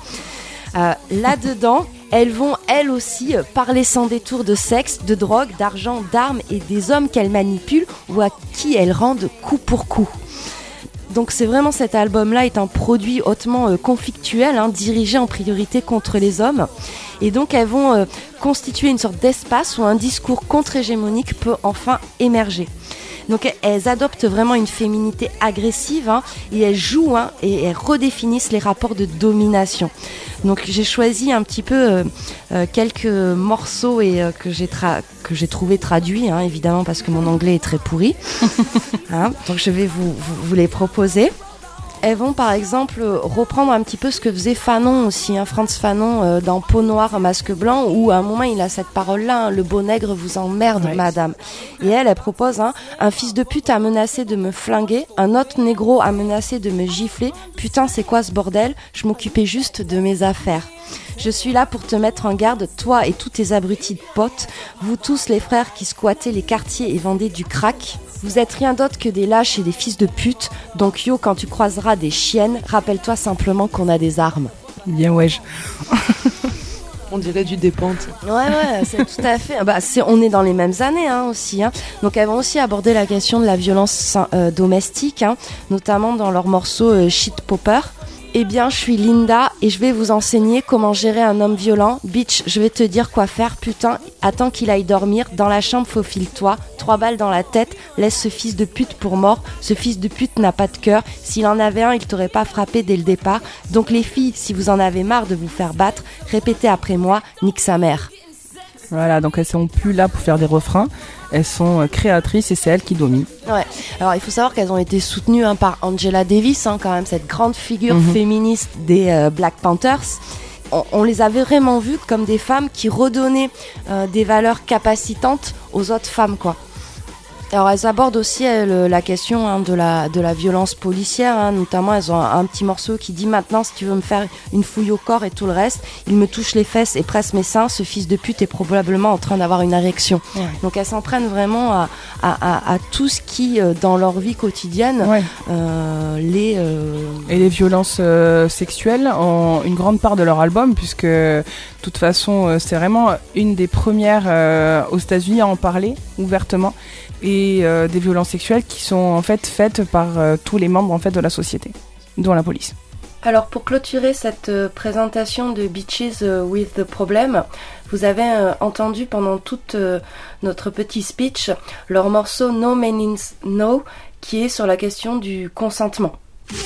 Là-dedans, elles vont elles aussi parler sans détour de sexe, de drogue, d'argent, d'armes et des hommes qu'elles manipulent ou à qui elles rendent coup pour coup. Donc c'est vraiment, cet album-là est un produit hautement conflictuel, dirigé en priorité contre les hommes. Et donc elles vont constituer une sorte d'espace où un discours contre-hégémonique peut enfin émerger. Donc elles adoptent vraiment une féminité agressive et elles jouent et elles redéfinissent les rapports de domination. Donc j'ai choisi un petit peu quelques morceaux et que j'ai trouvé traduits, évidemment parce que mon anglais est très pourri. Donc je vais vous les proposer. Elles vont par exemple reprendre un petit peu ce que faisait Fanon aussi, Frantz Fanon dans Peau noire, masque blanc, où à un moment il a cette parole-là, le beau nègre vous emmerde, madame. Et elle propose un fils de pute a menacé de me flinguer, un autre négro a menacé de me gifler, putain c'est quoi ce bordel, je m'occupais juste de mes affaires. Je suis là pour te mettre en garde, toi et tous tes abrutis de potes, vous tous les frères qui squattaient les quartiers et vendaient du crack. Vous êtes rien d'autre que des lâches et des fils de pute, donc yo, quand tu croiseras des chiennes, rappelle-toi simplement qu'on a des armes. Bien wesh. On dirait du Dépente. Ouais, c'est tout à fait. On est dans les mêmes années aussi. Donc elles vont aussi aborder la question de la violence domestique, notamment dans leur morceau Shit Popper. Eh bien, je suis Linda et je vais vous enseigner comment gérer un homme violent. Bitch, je vais te dire quoi faire, putain. Attends qu'il aille dormir. Dans la chambre, faufile-toi. 3 balles dans la tête. Laisse ce fils de pute pour mort. Ce fils de pute n'a pas de cœur. S'il en avait un, il t'aurait pas frappé dès le départ. Donc les filles, si vous en avez marre de vous faire battre, répétez après moi, nique sa mère. Voilà, donc elles sont plus là pour faire des refrains. Elles sont créatrices et c'est elles qui dominent. Ouais. Alors il faut savoir qu'elles ont été soutenues par Angela Davis, quand même, cette grande figure féministe des Black Panthers. On les avait vraiment vues comme des femmes qui redonnaient des valeurs capacitantes aux autres femmes, quoi. Alors elles abordent aussi la question de la violence policière, notamment elles ont un petit morceau qui dit: maintenant si tu veux me faire une fouille au corps et tout le reste, il me touche les fesses et presse mes seins, ce fils de pute est probablement en train d'avoir une érection. Ouais. Donc elles s'en prennent vraiment à tout ce qui dans leur vie quotidienne et les violences sexuelles ont une grande part de leur album, puisque de toute façon c'est vraiment une des premières aux États-Unis à en parler ouvertement. Et des violences sexuelles qui sont en fait faites par tous les membres en fait de la société, dont la police. Alors pour clôturer cette présentation de Bitches with the Problem, vous avez entendu pendant toute notre petit speech leur morceau No Means No, qui est sur la question du consentement.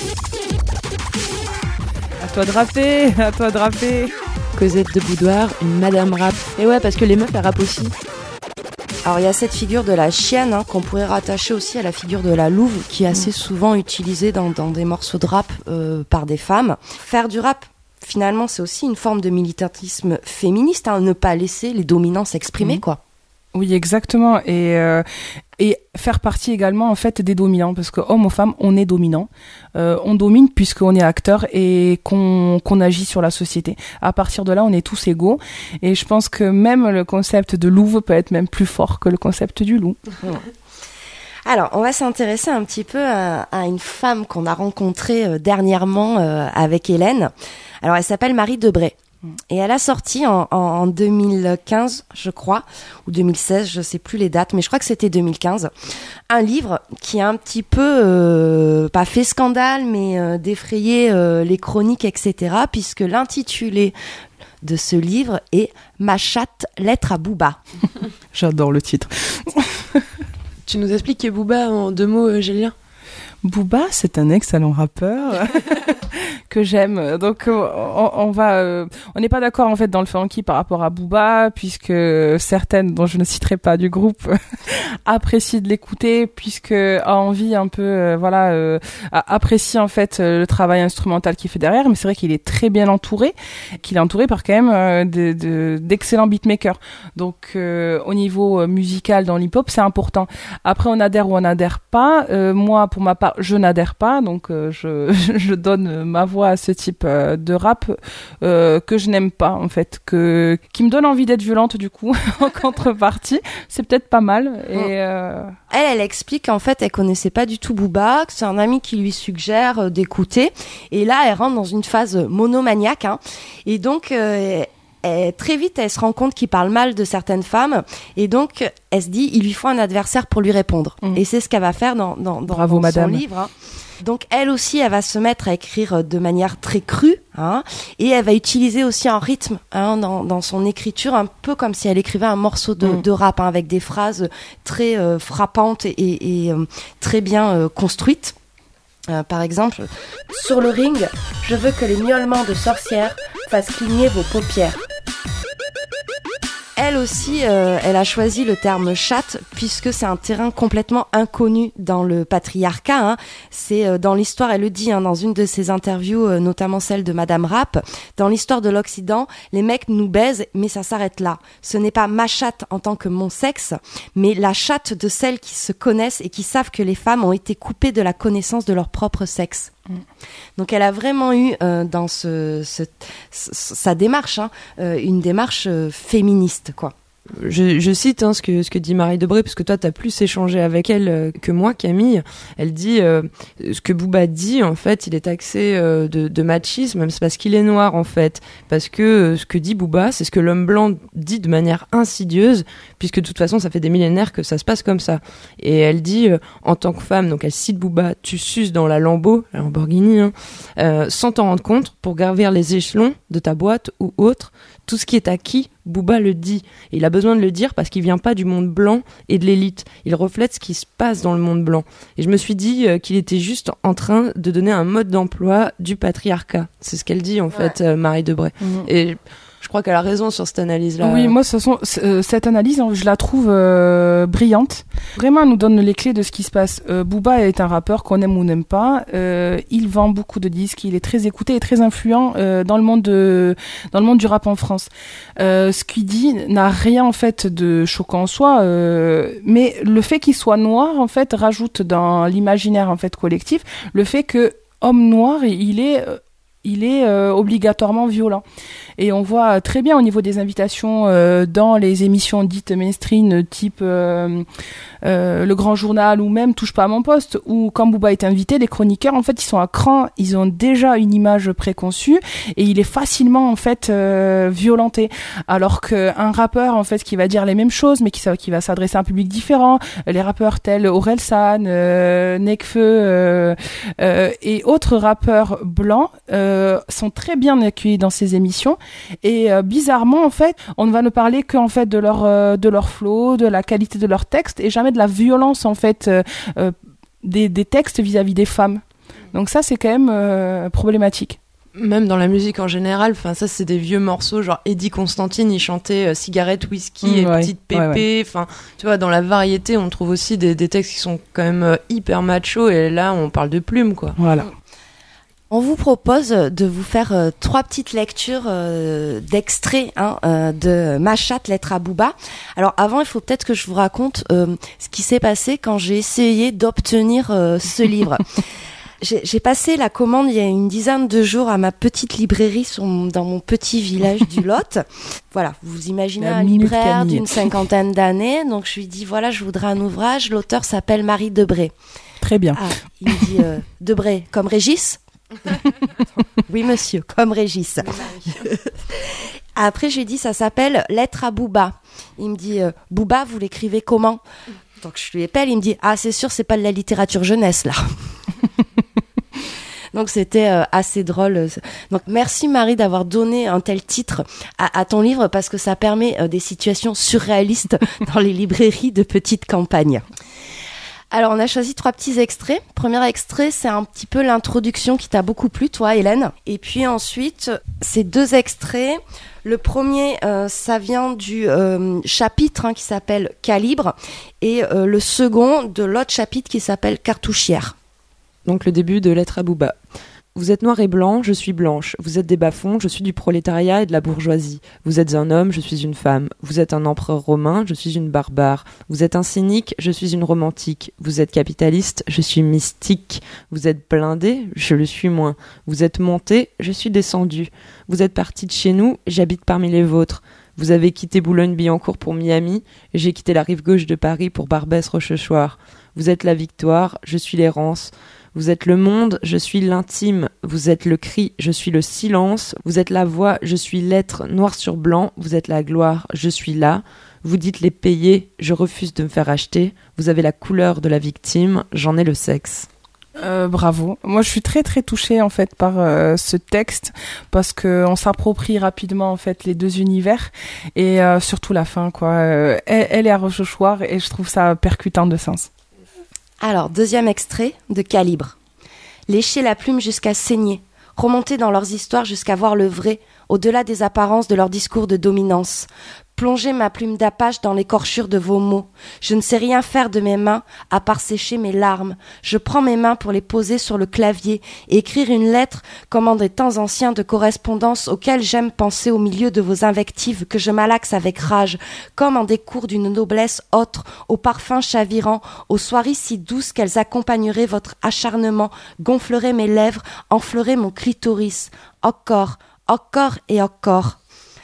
À toi de rapper. Cosette de Boudoir, une Madame Rap. Et ouais, parce que les meufs, elles rappent aussi. Alors il y a cette figure de la chienne qu'on pourrait rattacher aussi à la figure de la louve, qui est assez souvent utilisée dans des morceaux de rap par des femmes. Faire du rap, finalement, c'est aussi une forme de militantisme féministe, ne pas laisser les dominants s'exprimer, quoi. Oui, exactement. Et faire partie également en fait des dominants, parce que hommes ou femmes, on est dominant. On domine puisqu'on est acteur et qu'on agit sur la société. À partir de là, on est tous égaux. Et je pense que même le concept de louve peut être même plus fort que le concept du loup. Alors, on va s'intéresser un petit peu à une femme qu'on a rencontrée dernièrement avec Hélène. Alors, elle s'appelle Marie Debray. Et elle a sorti en 2015, je crois, ou 2016, je sais plus les dates, mais je crois que c'était 2015, un livre qui a un petit peu, pas fait scandale, mais défrayé les chroniques, etc., puisque l'intitulé de ce livre est « Ma chatte, lettre à Booba ». J'adore le titre. Tu nous expliques qui est Booba en 2 mots, Gélien ? Booba, c'est un excellent rappeur que j'aime. Donc on n'est pas d'accord en fait dans le funky par rapport à Booba, puisque certaines, dont je ne citerai pas du groupe, apprécient de l'écouter, puisque a envie un peu apprécie en fait le travail instrumental qu'il fait derrière. Mais c'est vrai qu'il est très bien entouré, qu'il est entouré par quand même d'excellents beatmakers. Donc au niveau musical dans l'hip-hop, c'est important. Après, on adhère ou on n'adhère pas. Moi, pour ma part, je n'adhère pas, donc je donne ma voix à ce type de rap que je n'aime pas en fait, qui me donne envie d'être violente du coup en contrepartie. C'est peut-être pas mal. Et elle explique en fait, elle connaissait pas du tout Booba, que c'est un ami qui lui suggère d'écouter, et là elle rentre dans une phase monomaniaque, et donc très vite, elle se rend compte qu'il parle mal de certaines femmes, et donc elle se dit, il lui faut un adversaire pour lui répondre. Et c'est ce qu'elle va faire dans Bravo, son livre. Donc elle aussi, elle va se mettre à écrire de manière très crue, et elle va utiliser aussi un rythme dans son écriture, un peu comme si elle écrivait un morceau de rap, avec des phrases très frappantes et très bien construites. Par exemple, sur le ring, je veux que les miaulements de sorcières fassent cligner vos paupières. Elle aussi, elle a choisi le terme chatte puisque c'est un terrain complètement inconnu dans le patriarcat. C'est dans l'histoire, elle le dit dans une de ses interviews, notamment celle de Madame Rap. Dans l'histoire de l'Occident, les mecs nous baisent, mais ça s'arrête là. Ce n'est pas ma chatte en tant que mon sexe, mais la chatte de celles qui se connaissent et qui savent que les femmes ont été coupées de la connaissance de leur propre sexe. Donc elle a vraiment eu dans sa démarche une démarche féministe, quoi. Je cite ce que dit Marie Debray, parce que toi t'as plus échangé avec elle que moi, Camille. Elle dit ce que Booba dit, en fait il est taxé de machisme, même c'est parce qu'il est noir en fait, parce que ce que dit Booba c'est ce que l'homme blanc dit de manière insidieuse, puisque de toute façon ça fait des millénaires que ça se passe comme ça. Et elle dit en tant que femme, donc elle cite Booba, tu suces dans la Lamborghini sans t'en rendre compte, pour gravir les échelons de ta boîte ou autre, tout ce qui est acquis, Booba le dit. Et il a besoin de le dire parce qu'il vient pas du monde blanc et de l'élite. Il reflète ce qui se passe dans le monde blanc. Et je me suis dit qu'il était juste en train de donner un mode d'emploi du patriarcat. C'est ce qu'elle dit en fait, Marie Debray. Et je crois qu'elle a raison sur cette analyse-là. Oui, moi, de toute façon, cette analyse, je la trouve brillante. Vraiment, elle nous donne les clés de ce qui se passe. Booba est un rappeur qu'on aime ou n'aime pas. Il vend beaucoup de disques. Il est très écouté et très influent dans le monde du rap en France. Ce qu'il dit n'a rien en fait de choquant en soi, mais le fait qu'il soit noir en fait rajoute dans l'imaginaire en fait collectif le fait que homme noir, il il est obligatoirement violent. Et on voit très bien au niveau des invitations dans les émissions dites mainstream, type Le Grand Journal ou même Touche pas à mon poste, où quand Booba est invité, les chroniqueurs, en fait, ils sont à cran, ils ont déjà une image préconçue et il est facilement, en fait, violenté. Alors qu'un rappeur, en fait, qui va dire les mêmes choses, mais qui va s'adresser à un public différent, les rappeurs tels Orelsan, Nekfeu et autres rappeurs blancs sont très bien accueillis dans ces émissions. Et bizarrement, en fait, on ne va ne parler que en fait de leur flow, de la qualité de leur texte et jamais de la violence en fait des textes vis-à-vis des femmes. Donc ça, c'est quand même problématique. Même dans la musique en général, enfin ça c'est des vieux morceaux, genre Eddie Constantine, il chantait cigarette, whisky et petite pépé. Enfin, tu vois, dans la variété, on trouve aussi des textes qui sont quand même hyper macho et là on parle de plumes, quoi. Voilà. On vous propose de vous faire 3 petites lectures d'extraits de Ma chatte, lettre à Booba. Alors avant, il faut peut-être que je vous raconte ce qui s'est passé quand j'ai essayé d'obtenir ce livre. J'ai passé la commande il y a une dizaine de jours à ma petite librairie dans mon petit village du Lot. Voilà, vous imaginez un libraire d'une 50aine d'années. Donc je lui dis, voilà, je voudrais un ouvrage. L'auteur s'appelle Marie Debré. Très bien. Ah, il me dit, Debré, comme Régis ? Oui monsieur, comme Régis. Après j'ai dit ça s'appelle Lettre à Booba. Il me dit Booba vous l'écrivez comment? Donc je lui épelle, il me dit ah c'est sûr c'est pas de la littérature jeunesse là. Donc c'était assez drôle. Donc merci Marie d'avoir donné un tel titre à ton livre parce que ça permet des situations surréalistes dans les librairies de petites campagnes. Alors, on a choisi 3 petits extraits. Premier extrait, c'est un petit peu l'introduction qui t'a beaucoup plu, toi, Hélène. Et puis ensuite, c'est 2 extraits. Le premier, ça vient du chapitre qui s'appelle Calibre. Et le second, de l'autre chapitre qui s'appelle Cartouchière. Donc le début de Lettre à Booba. Vous êtes noir et blanc, je suis blanche. Vous êtes des bas-fonds, je suis du prolétariat et de la bourgeoisie. Vous êtes un homme, je suis une femme. Vous êtes un empereur romain, je suis une barbare. Vous êtes un cynique, je suis une romantique. Vous êtes capitaliste, je suis mystique. Vous êtes blindé, je le suis moins. Vous êtes monté, je suis descendu. Vous êtes parti de chez nous, j'habite parmi les vôtres. Vous avez quitté Boulogne-Billancourt pour Miami, et j'ai quitté la rive gauche de Paris pour Barbès-Rochechouart. Vous êtes la victoire, je suis l'errance. Vous êtes le monde, je suis l'intime. Vous êtes le cri, je suis le silence. Vous êtes la voix, je suis l'être noir sur blanc. Vous êtes la gloire, je suis là. Vous dites les payer, je refuse de me faire acheter. Vous avez la couleur de la victime, j'en ai le sexe. Bravo. Moi, je suis très très touchée en fait par ce texte parce que on s'approprie rapidement en fait les 2 univers et surtout la fin quoi. Elle est à Rochechouart et je trouve ça percutant de sens. Alors, 2e extrait de Calibre. Lécher la plume jusqu'à saigner, remonter dans leurs histoires jusqu'à voir le vrai, au-delà des apparences de leur discours de dominance. Plonger ma plume d'apache dans l'écorchure de vos mots. Je ne sais rien faire de mes mains, à part sécher mes larmes. Je prends mes mains pour les poser sur le clavier et écrire une lettre comme en des temps anciens de correspondance auxquelles j'aime penser au milieu de vos invectives que je malaxe avec rage, comme en des cours d'une noblesse autre, aux parfums chavirants, aux soirées si douces qu'elles accompagneraient votre acharnement, gonfleraient mes lèvres, enfleraient mon clitoris. Encore, encore et encore.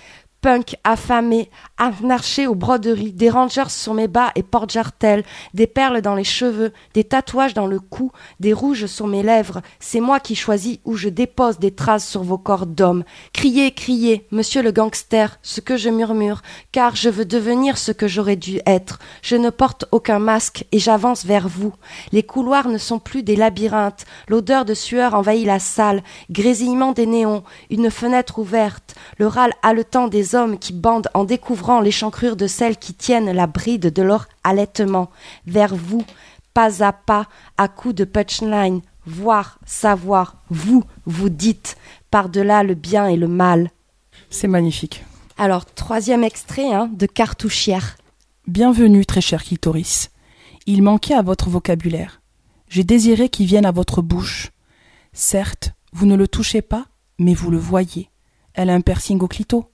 Punk, affamé, anarché aux broderies, des rangers sur mes bas et porte-jartelles, des perles dans les cheveux, des tatouages dans le cou, des rouges sur mes lèvres. C'est moi qui choisis où je dépose des traces sur vos corps d'hommes. Criez, criez, monsieur le gangster, ce que je murmure, car je veux devenir ce que j'aurais dû être. Je ne porte aucun masque et j'avance vers vous. Les couloirs ne sont plus des labyrinthes. L'odeur de sueur envahit la salle. Grésillement des néons, une fenêtre ouverte, le râle haletant des hommes qui bandent en découvrant l'échancrure de celles qui tiennent la bride de leur allaitement. Vers vous, pas à pas, à coups de punchline, voir, savoir, vous dites, par-delà le bien et le mal. C'est magnifique. Alors, 3e extrait de Cartouchière. Bienvenue, très cher clitoris. Il manquait à votre vocabulaire. J'ai désiré qu'il vienne à votre bouche. Certes, vous ne le touchez pas, mais vous le voyez. Elle a un piercing au clito.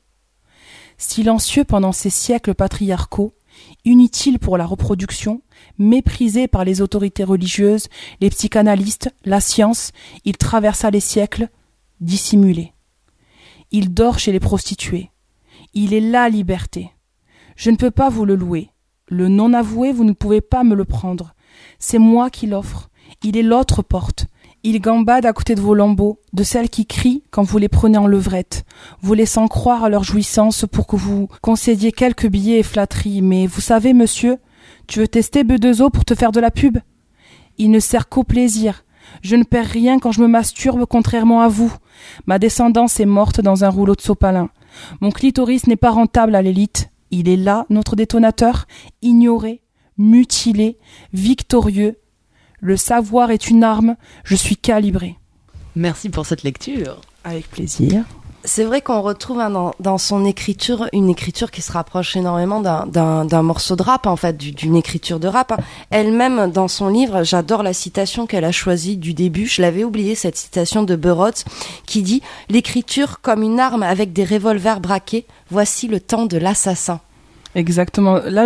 Silencieux pendant ces siècles patriarcaux, inutile pour la reproduction, méprisé par les autorités religieuses, les psychanalystes, la science, il traversa les siècles. dissimulé. Il dort chez les prostituées. Il est la liberté. Je ne peux pas vous le louer. Le non-avoué, vous ne pouvez pas me le prendre. C'est moi qui l'offre. Il est l'autre porte. Il gambade à côté de vos lambeaux, de celles qui crient quand vous les prenez en levrette, vous laissant croire à leur jouissance pour que vous concédiez quelques billets et flatteries. Mais vous savez, monsieur, tu veux tester B2O pour te faire de la pub? Il ne sert qu'au plaisir. Je ne perds rien quand je me masturbe, contrairement à vous. Ma descendance est morte dans un rouleau de sopalin. Mon clitoris n'est pas rentable à l'élite. Il est là, notre détonateur, ignoré, mutilé, victorieux. Le savoir est une arme, je suis calibré. Merci pour cette lecture. Avec plaisir. C'est vrai qu'on retrouve dans son écriture une écriture qui se rapproche énormément d'un morceau de rap, en fait, d'une écriture de rap. Elle-même, dans son livre, j'adore la citation qu'elle a choisie du début. Je l'avais oubliée, cette citation de Burroughs, qui dit « L'écriture comme une arme avec des revolvers braqués, voici le temps de l'assassin ». Exactement. Là,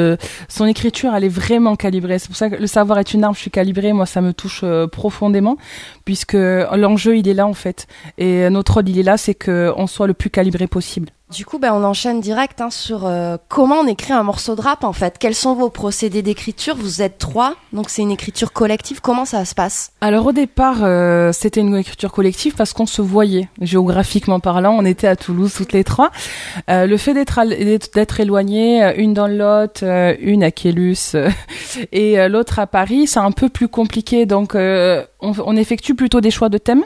son écriture, elle est vraiment calibrée. C'est pour ça que le savoir est une arme, je suis calibrée. Moi, ça me touche profondément, puisque l'enjeu, il est là, en fait. Et notre rôle, il est là, c'est qu'on soit le plus calibré possible. Du coup, on enchaîne direct sur comment on écrit un morceau de rap, en fait. Quels sont vos procédés d'écriture? Vous êtes 3, donc c'est une écriture collective. Comment ça se passe? Alors au départ, c'était une écriture collective parce qu'on se voyait, géographiquement parlant. On était à Toulouse toutes les 3. Le fait d'être éloigné, une dans le Lot, une à Quélus et l'autre à Paris, c'est un peu plus compliqué. Donc on effectue plutôt des choix de thèmes.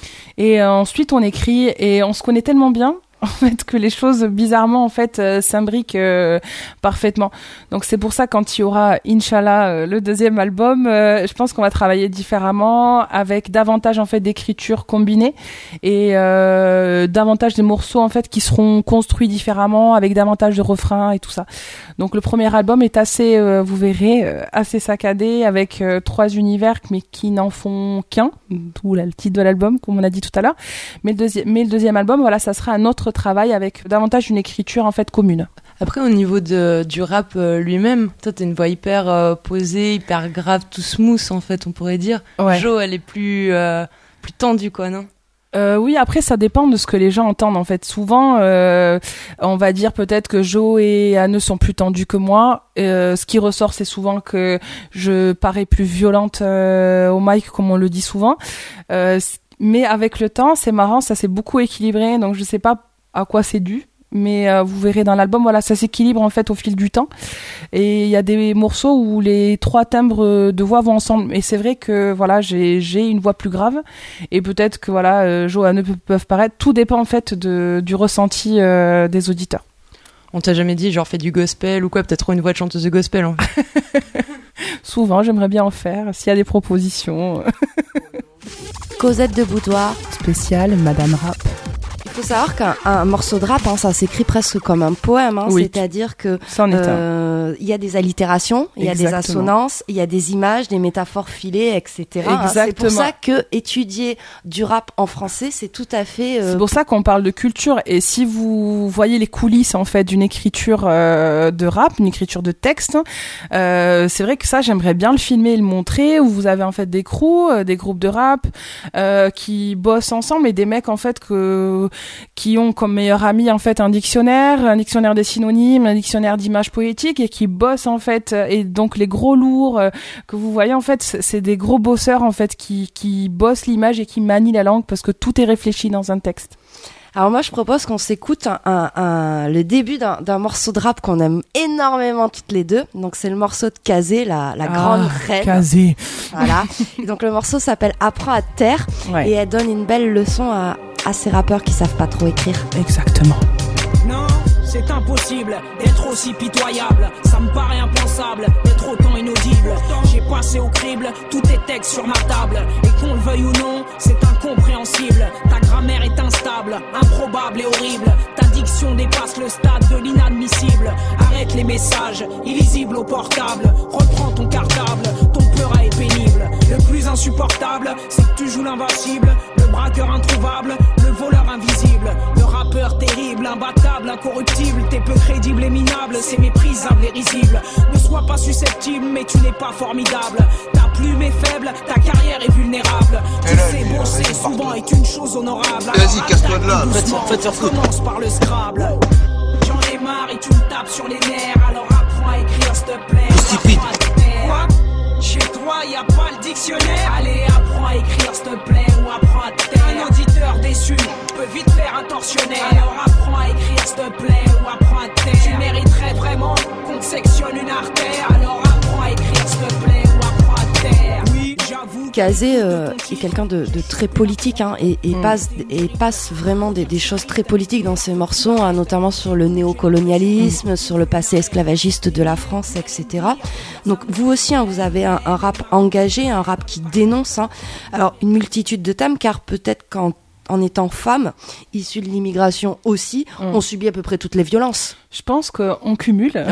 Et ensuite on écrit et on se connaît tellement bien en fait que les choses bizarrement en fait s'imbriquent parfaitement. Donc c'est pour ça quand il y aura Inch'Allah le deuxième album, je pense qu'on va travailler différemment avec davantage en fait d'écriture combinée et davantage des morceaux en fait qui seront construits différemment avec davantage de refrains et tout ça. Donc le premier album est assez vous verrez assez saccadé avec 3 univers mais qui n'en font qu'un, d'où le titre de l'album comme on a dit tout à l'heure. Mais le deuxième album voilà, ça sera un autre travail avec davantage une écriture en fait commune. Après au niveau du rap lui-même, toi t'as une voix hyper posée, hyper grave, tout smooth en fait on pourrait dire. Ouais. Jo elle est plus tendue quoi non? Oui, après ça dépend de ce que les gens entendent en fait. Souvent, on va dire peut-être que Jo et Anne sont plus tendus que moi. Ce qui ressort, c'est souvent que je parais plus violente au mic, comme on le dit souvent. Mais avec le temps, c'est marrant, ça s'est beaucoup équilibré. Donc je sais pas à quoi c'est dû. Mais vous verrez dans l'album, voilà, ça s'équilibre en fait au fil du temps. Et il y a des morceaux où les 3 timbres de voix vont ensemble. Et c'est vrai que voilà, j'ai une voix plus grave. Et peut-être que voilà, Jo et Anne peuvent paraître. Tout dépend en fait du ressenti des auditeurs. On t'a jamais dit genre fais du gospel ou quoi? Peut-être une voix de chanteuse de gospel en fait. Souvent, j'aimerais bien en faire. S'il y a des propositions. Cosette de Boudoir. Spécial Madame Rap. Il faut savoir qu'un morceau de rap, ça s'écrit presque comme un poème, oui. C'est-à-dire que il y a des allitérations, il y a des assonances, il y a des images, des métaphores filées, etc. Exactement. C'est pour ça que étudier du rap en français, c'est tout à fait. C'est pour ça qu'on parle de culture. Et si vous voyez les coulisses en fait d'une écriture de rap, une écriture de texte, c'est vrai que ça, j'aimerais bien le filmer et le montrer. Où vous avez en fait des crews, des groupes de rap qui bossent ensemble et des mecs en fait qui ont comme meilleur ami en fait un dictionnaire des synonymes, un dictionnaire d'images poétiques et qui bossent en fait et donc les gros lourds que vous voyez en fait c'est des gros bosseurs en fait qui bossent l'image et qui manient la langue parce que tout est réfléchi dans un texte. Alors moi je propose qu'on s'écoute le début d'un morceau de rap qu'on aime énormément toutes les deux. Donc c'est le morceau de Kazé, la grande reine. Kazé. Voilà. Donc le morceau s'appelle Apprends à te taire et elle donne une belle leçon à ces rappeurs qui savent pas trop écrire. Exactement. Non, c'est impossible d'être aussi pitoyable. Ça me paraît impensable d'être autant inaudible. J'ai passé au crible tous tes textes sur ma table. Et qu'on le veuille ou non, c'est incompréhensible. Ta grammaire est instable, improbable et horrible. Ta diction dépasse le stade de l'inadmissible. Arrête les messages, illisibles au portable. Reprends ton cartable, ton pleurat est pénible. Le plus insupportable, c'est que tu joues l'invincible. Le braqueur introuvable, le voleur invisible. Le rappeur terrible, un bâtard formidable, incorruptible, t'es peu crédible et minable, c'est méprisable et risible. Ne sois pas susceptible, mais tu n'es pas formidable. Ta plume est faible, ta carrière est vulnérable. Tu sais, bosser souvent est une chose honorable. Vas-y, casse-toi de là. Commence par le Scrabble. J'en ai marre et tu me tapes sur les nerfs. Alors apprends à écrire, s'il te plaît. Quoi? Chez toi, y a pas le dictionnaire. Allez, apprends à écrire, s'il te plaît, ou apprends à te taire. Un auditeur déçu peut vite faire un tortionnaire. Alors apprends à écrire, s'il te plaît, ou apprends à te taire. Tu mériterais vraiment qu'on te sectionne une artère. Alors apprends à écrire, s'il te plaît, ou apprends à te taire. Oui, j'avoue. Kazé est quelqu'un de très politique hein, et passe vraiment des choses très politiques dans ses morceaux, hein, notamment sur le néocolonialisme, sur le passé esclavagiste de la France, etc. Donc vous aussi, hein, vous avez un rap engagé, un rap qui dénonce. Hein. Alors une multitude de thèmes, car peut-être en étant femme, issue de l'immigration aussi, on subit à peu près toutes les violences. Je pense qu'on cumule.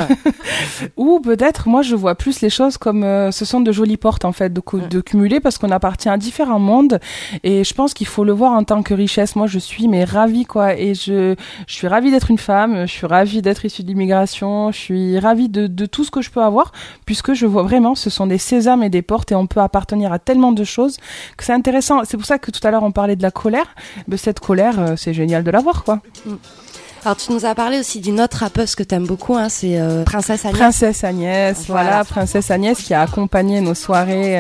Ou peut-être, moi, je vois plus les choses comme ce sont de jolies portes, en fait, de cumuler, parce qu'on appartient à différents mondes. Et je pense qu'il faut le voir en tant que richesse. Moi, je suis ravie, quoi. Et je suis ravie d'être une femme. Je suis ravie d'être issue de l'immigration. Je suis ravie de tout ce que je peux avoir, puisque je vois vraiment, ce sont des sésames et des portes, et on peut appartenir à tellement de choses que c'est intéressant. C'est pour ça que tout à l'heure, on parlait de la colère. Mais cette colère, c'est génial de l'avoir, quoi. Alors tu nous as parlé aussi d'une autre rappeuse que t'aimes beaucoup, hein, c'est Princesse Agnès. Princesse Agnès, voilà, Princesse Agnès qui a accompagné nos soirées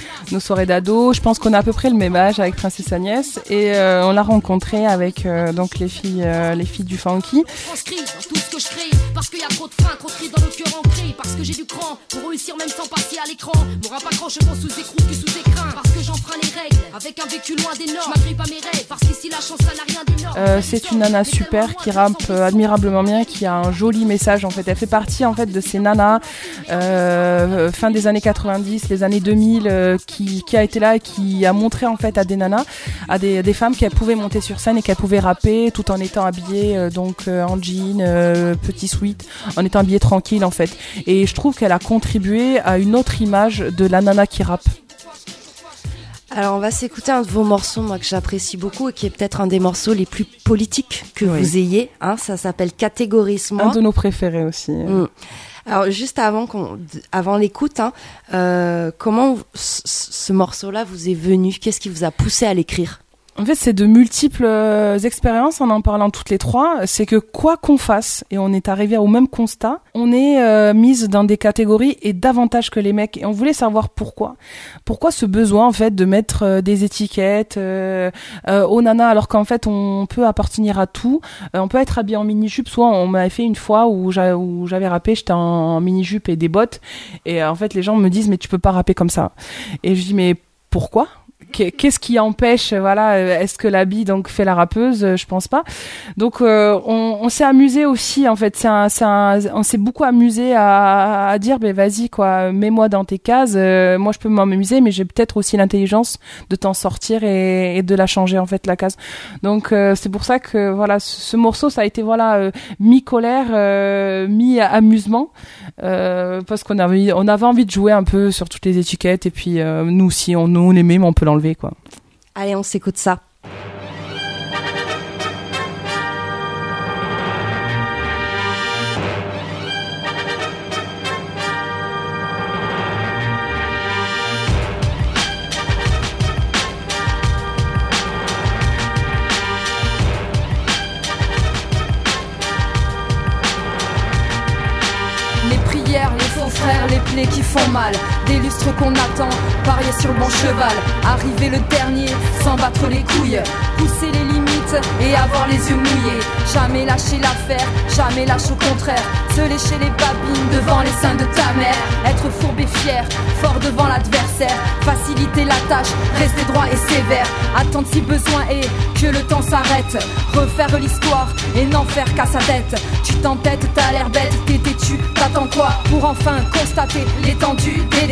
d'ados. Je pense qu'on a à peu près le même âge avec Princesse Agnès et on l'a rencontrée avec donc les filles du funky. Tout ce que je crée, parce qu'il y a trop de freins, trop de cris dans le cœur ancré, parce que j'ai du cran pour réussir même sans passer à l'écran. Mon rap accroche, je pense sous écrou que sous écrin, parce que j'enfreins les règles, avec un vécu loin des normes. Je m'agrippe à mes rêves, parce qu'ici la chance ça n'a rien d'énorme. C'est une nana super qui rappe admirablement bien, qui a un joli message en fait. Elle fait partie en fait de ces nanas fin des années 90, les années 2000 qui a été là et qui a montré en fait à des nanas, à des femmes qu'elles pouvaient monter sur scène et qu'elles pouvaient rapper tout en étant habillées en jean, petit sweat, en étant habillée tranquille en fait. Et je trouve qu'elle a contribué à une autre image de la nana qui rappe. Alors on va s'écouter un de vos morceaux, moi que j'apprécie beaucoup et qui est peut-être un des morceaux les plus politiques que vous ayez. Hein, ça s'appelle Catégorise-moi. Un de nos préférés aussi. Alors juste avant l'écoute, hein, comment ce morceau-là vous est venu? Qu'est-ce qui vous a poussé à l'écrire? En fait, c'est de multiples expériences en parlant toutes les trois. C'est que quoi qu'on fasse, et on est arrivé au même constat, on est mise dans des catégories et davantage que les mecs. Et on voulait savoir pourquoi. Pourquoi ce besoin en fait de mettre des étiquettes aux nanas, alors qu'en fait on peut appartenir à tout. On peut être habillé en mini-jupe. Soit on m'avait fait une fois où j'avais rappé, j'étais en mini-jupe et des bottes. Et en fait les gens me disent mais tu peux pas rapper comme ça. Et je dis mais pourquoi ? Qu'est-ce qui empêche, voilà, est-ce que l'habit donc fait la rappeuse? Je pense pas. Donc on s'est amusé aussi en fait, on s'est beaucoup amusé à dire ben vas-y quoi, mets-moi dans tes cases, moi je peux m'amuser mais j'ai peut-être aussi l'intelligence de t'en sortir et de la changer en fait la case. Donc c'est pour ça que voilà, ce morceau ça a été voilà mi-colère, mi-amusement parce qu'on avait envie de jouer un peu sur toutes les étiquettes et puis nous aussi on aimait mais on peut l'enlever quoi. Allez, on s'écoute ça. Les plaies qui font mal, des lustres qu'on attend, parier sur le bon cheval, arriver le dernier sans battre les couilles, pousser les limites et avoir les yeux mouillés, jamais lâcher l'affaire, jamais lâcher au contraire, se lécher les babines devant les seins de ta mère, être fourbe et fier, fort devant l'adversaire, faciliter la tâche, rester droit et sévère, attendre si besoin est que le temps s'arrête, refaire l'histoire et n'en faire qu'à sa tête, tu t'entêtes, t'as l'air bête, t'es têtu, t'attends quoi pour enfin constater l'étendue des dégâts.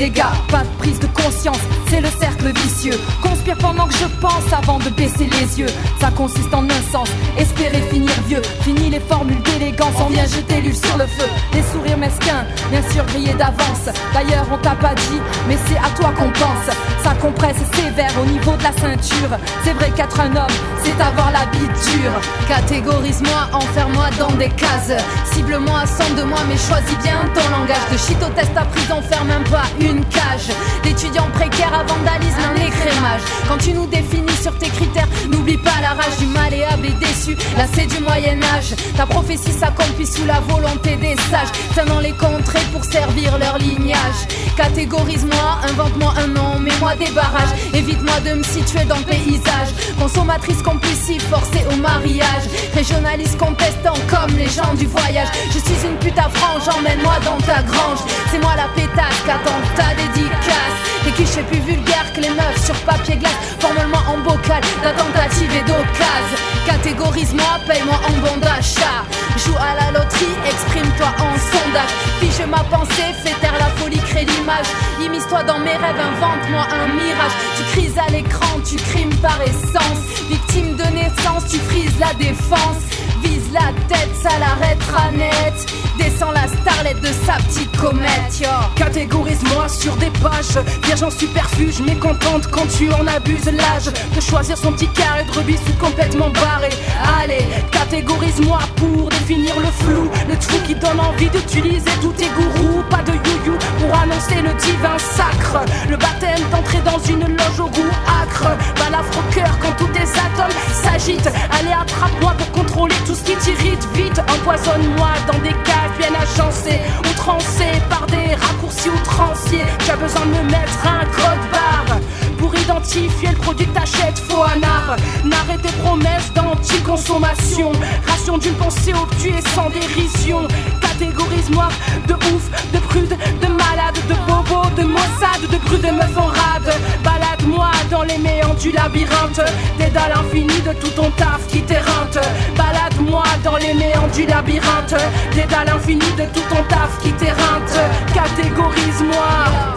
dégâts, pas de prise de conscience, c'est le cercle vicieux. Conspire pendant que je pense avant de baisser les yeux. Ça consiste en un sens, espérer finir vieux. Fini les formules d'élégance, on vient jeter l'huile sur le feu. Les sourires mesquins, bien sûr grillés d'avance. D'ailleurs on t'a pas dit, mais c'est à toi qu'on pense. Ça compresse sévère au niveau de la ceinture. C'est vrai qu'être un homme, c'est avoir la bite dure. Catégorise-moi, enferme-moi dans des cases. Cible-moi, sonde-moi, mais choisis bien ton langage. De shit au test à prison, ferme même pas une cage. D'étudiants précaires à vandalisme, un écrémage. Quand tu nous définis sur tes critères, n'oublie pas la rage du malléable et déçu. Là c'est du Moyen-Âge. Ta prophétie s'accomplit sous la volonté des sages. Tiens dans les contrées pour servir leur lignage. Catégorise-moi, invente-moi un nom, mets-moi des barrages. Évite-moi de me situer dans le paysage. Consommatrice compulsive, forcée au mariage. Régionaliste contestant comme les gens du voyage. Je suis une pute à frange, emmène-moi dans ta grange. C'est moi la pétasse qu'attend ta dédicace. Des clichés plus vulgaires que les meufs sur papier glace. Formule-moi en bocal, ta tentative et d'occasion. Catégorise-moi, paye-moi en bon d'achat. Joue à la loterie, exprime-toi en sondage. Fiche ma pensée, fais taire la folie, crée l'image. Immisce-toi dans mes rêves, invente-moi un mirage. Tu crises à l'écran, tu crimes par essence. Victime de naissance, tu frises la défense. Vise la tête, ça l'arrêtera net. Descends la starlette de sa petite comète, yo. Catégorise-moi sur des pages vierge en superfuge, mécontente quand tu en abuses. L'âge de choisir son petit carré de rubis ou complètement barré. Allez, catégorise-moi pour définir le flou. Le trou qui donne envie d'utiliser tous tes gourous. Pas de you-you pour annoncer le divin sacre. Le baptême d'entrer dans une loge au goût acre. Balafre au cœur quand tous tes atomes s'agitent. Allez, attrape-moi pour contrôler tout ce qui t'irrite. Vite, empoisonne-moi dans des cages bien agencées, outrancées par des raccourcis outranciers. J'ai besoin de me mettre un code barre pour identifier le produit que t'achètes. Faux anard, n'arrête tes promesses d'anti-consommation. Ration d'une pensée obtue et sans dérision. Catégorise-moi de ouf, de prude, de malade, de bobo, de maussade, de brut, de meuf en rade. Balade-moi dans les méandres du labyrinthe. Dédale infini de tout ton taf qui t'éreinte. Balade-moi dans les méandres du labyrinthe. Dédale infini de tout ton taf qui t'éreinte. Catégorise-moi.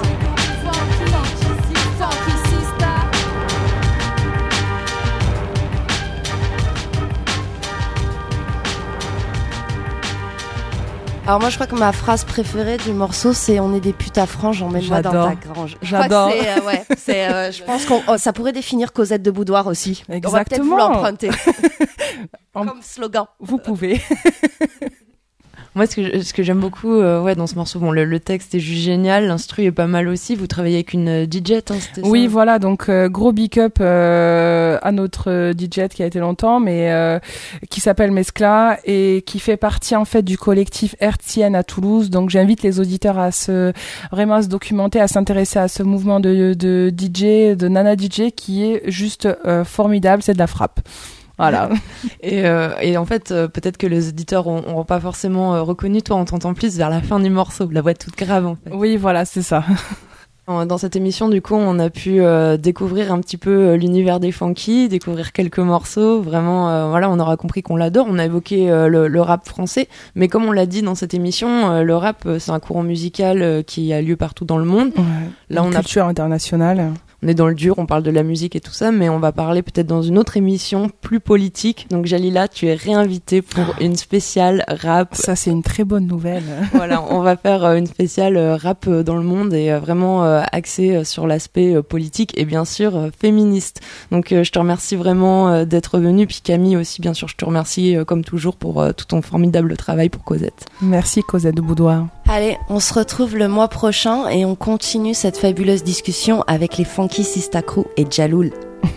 Alors moi je crois que ma phrase préférée du morceau c'est on est des putes à franges, emmène-moi dans ta grange. J'adore. Je pense que ça pourrait définir Cosette de Boudoir aussi. Exactement. On va peut-être vous l'emprunter. Comme slogan. Vous pouvez. Moi, ce que j'aime beaucoup dans ce morceau, bon, le texte est juste génial, l'instru est pas mal aussi. Vous travaillez avec une DJ, c'était oui, ça voilà, donc gros big up à notre DJ qui a été longtemps, mais qui s'appelle Mescla et qui fait partie en fait du collectif Hertzienne à Toulouse. Donc j'invite les auditeurs à vraiment se documenter, à s'intéresser à ce mouvement de DJ, de Nana DJ qui est juste formidable, c'est de la frappe. Voilà. Et en fait, peut-être que les auditeurs n'auront pas forcément reconnu. Toi, on t'entend plus vers la fin du morceau, la voix toute grave en fait. Oui, voilà, c'est ça. Dans cette émission, du coup, on a pu découvrir un petit peu l'univers des funky, découvrir quelques morceaux. Vraiment, voilà, on aura compris qu'on l'adore. On a évoqué le rap français, mais comme on l'a dit dans cette émission, le rap, c'est un courant musical qui a lieu partout dans le monde. Ouais, là, on culture internationale. On est dans le dur, on parle de la musique et tout ça, mais on va parler peut-être dans une autre émission plus politique. Donc Jalila, tu es réinvitée pour une spéciale rap. Ça, c'est une très bonne nouvelle. Voilà, on va faire une spéciale rap dans le monde et vraiment axée sur l'aspect politique et bien sûr féministe. Donc je te remercie vraiment d'être venue. Puis Camille aussi, bien sûr, je te remercie comme toujours pour tout ton formidable travail pour Cosette. Merci Cosette de Boudoir. Allez, on se retrouve le mois prochain et on continue cette fabuleuse discussion avec les Funky Sista Crew et Jaloul.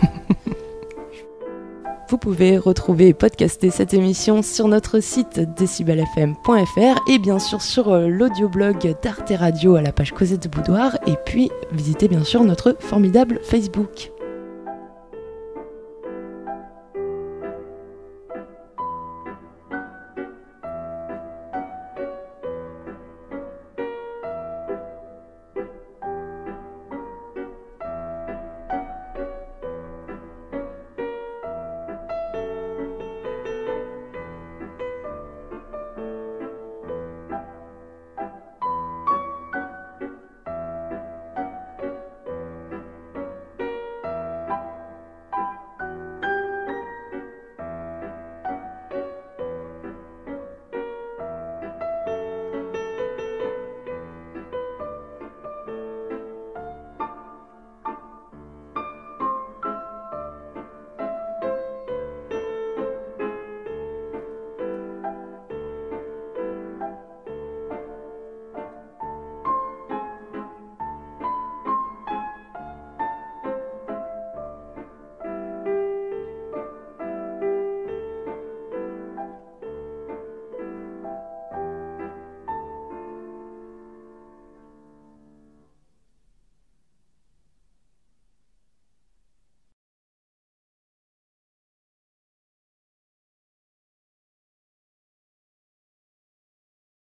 Vous pouvez retrouver et podcaster cette émission sur notre site decibelfm.fr et bien sûr sur l'audioblog d'Arte Radio à la page Cosette de Boudoir et puis visitez bien sûr notre formidable Facebook.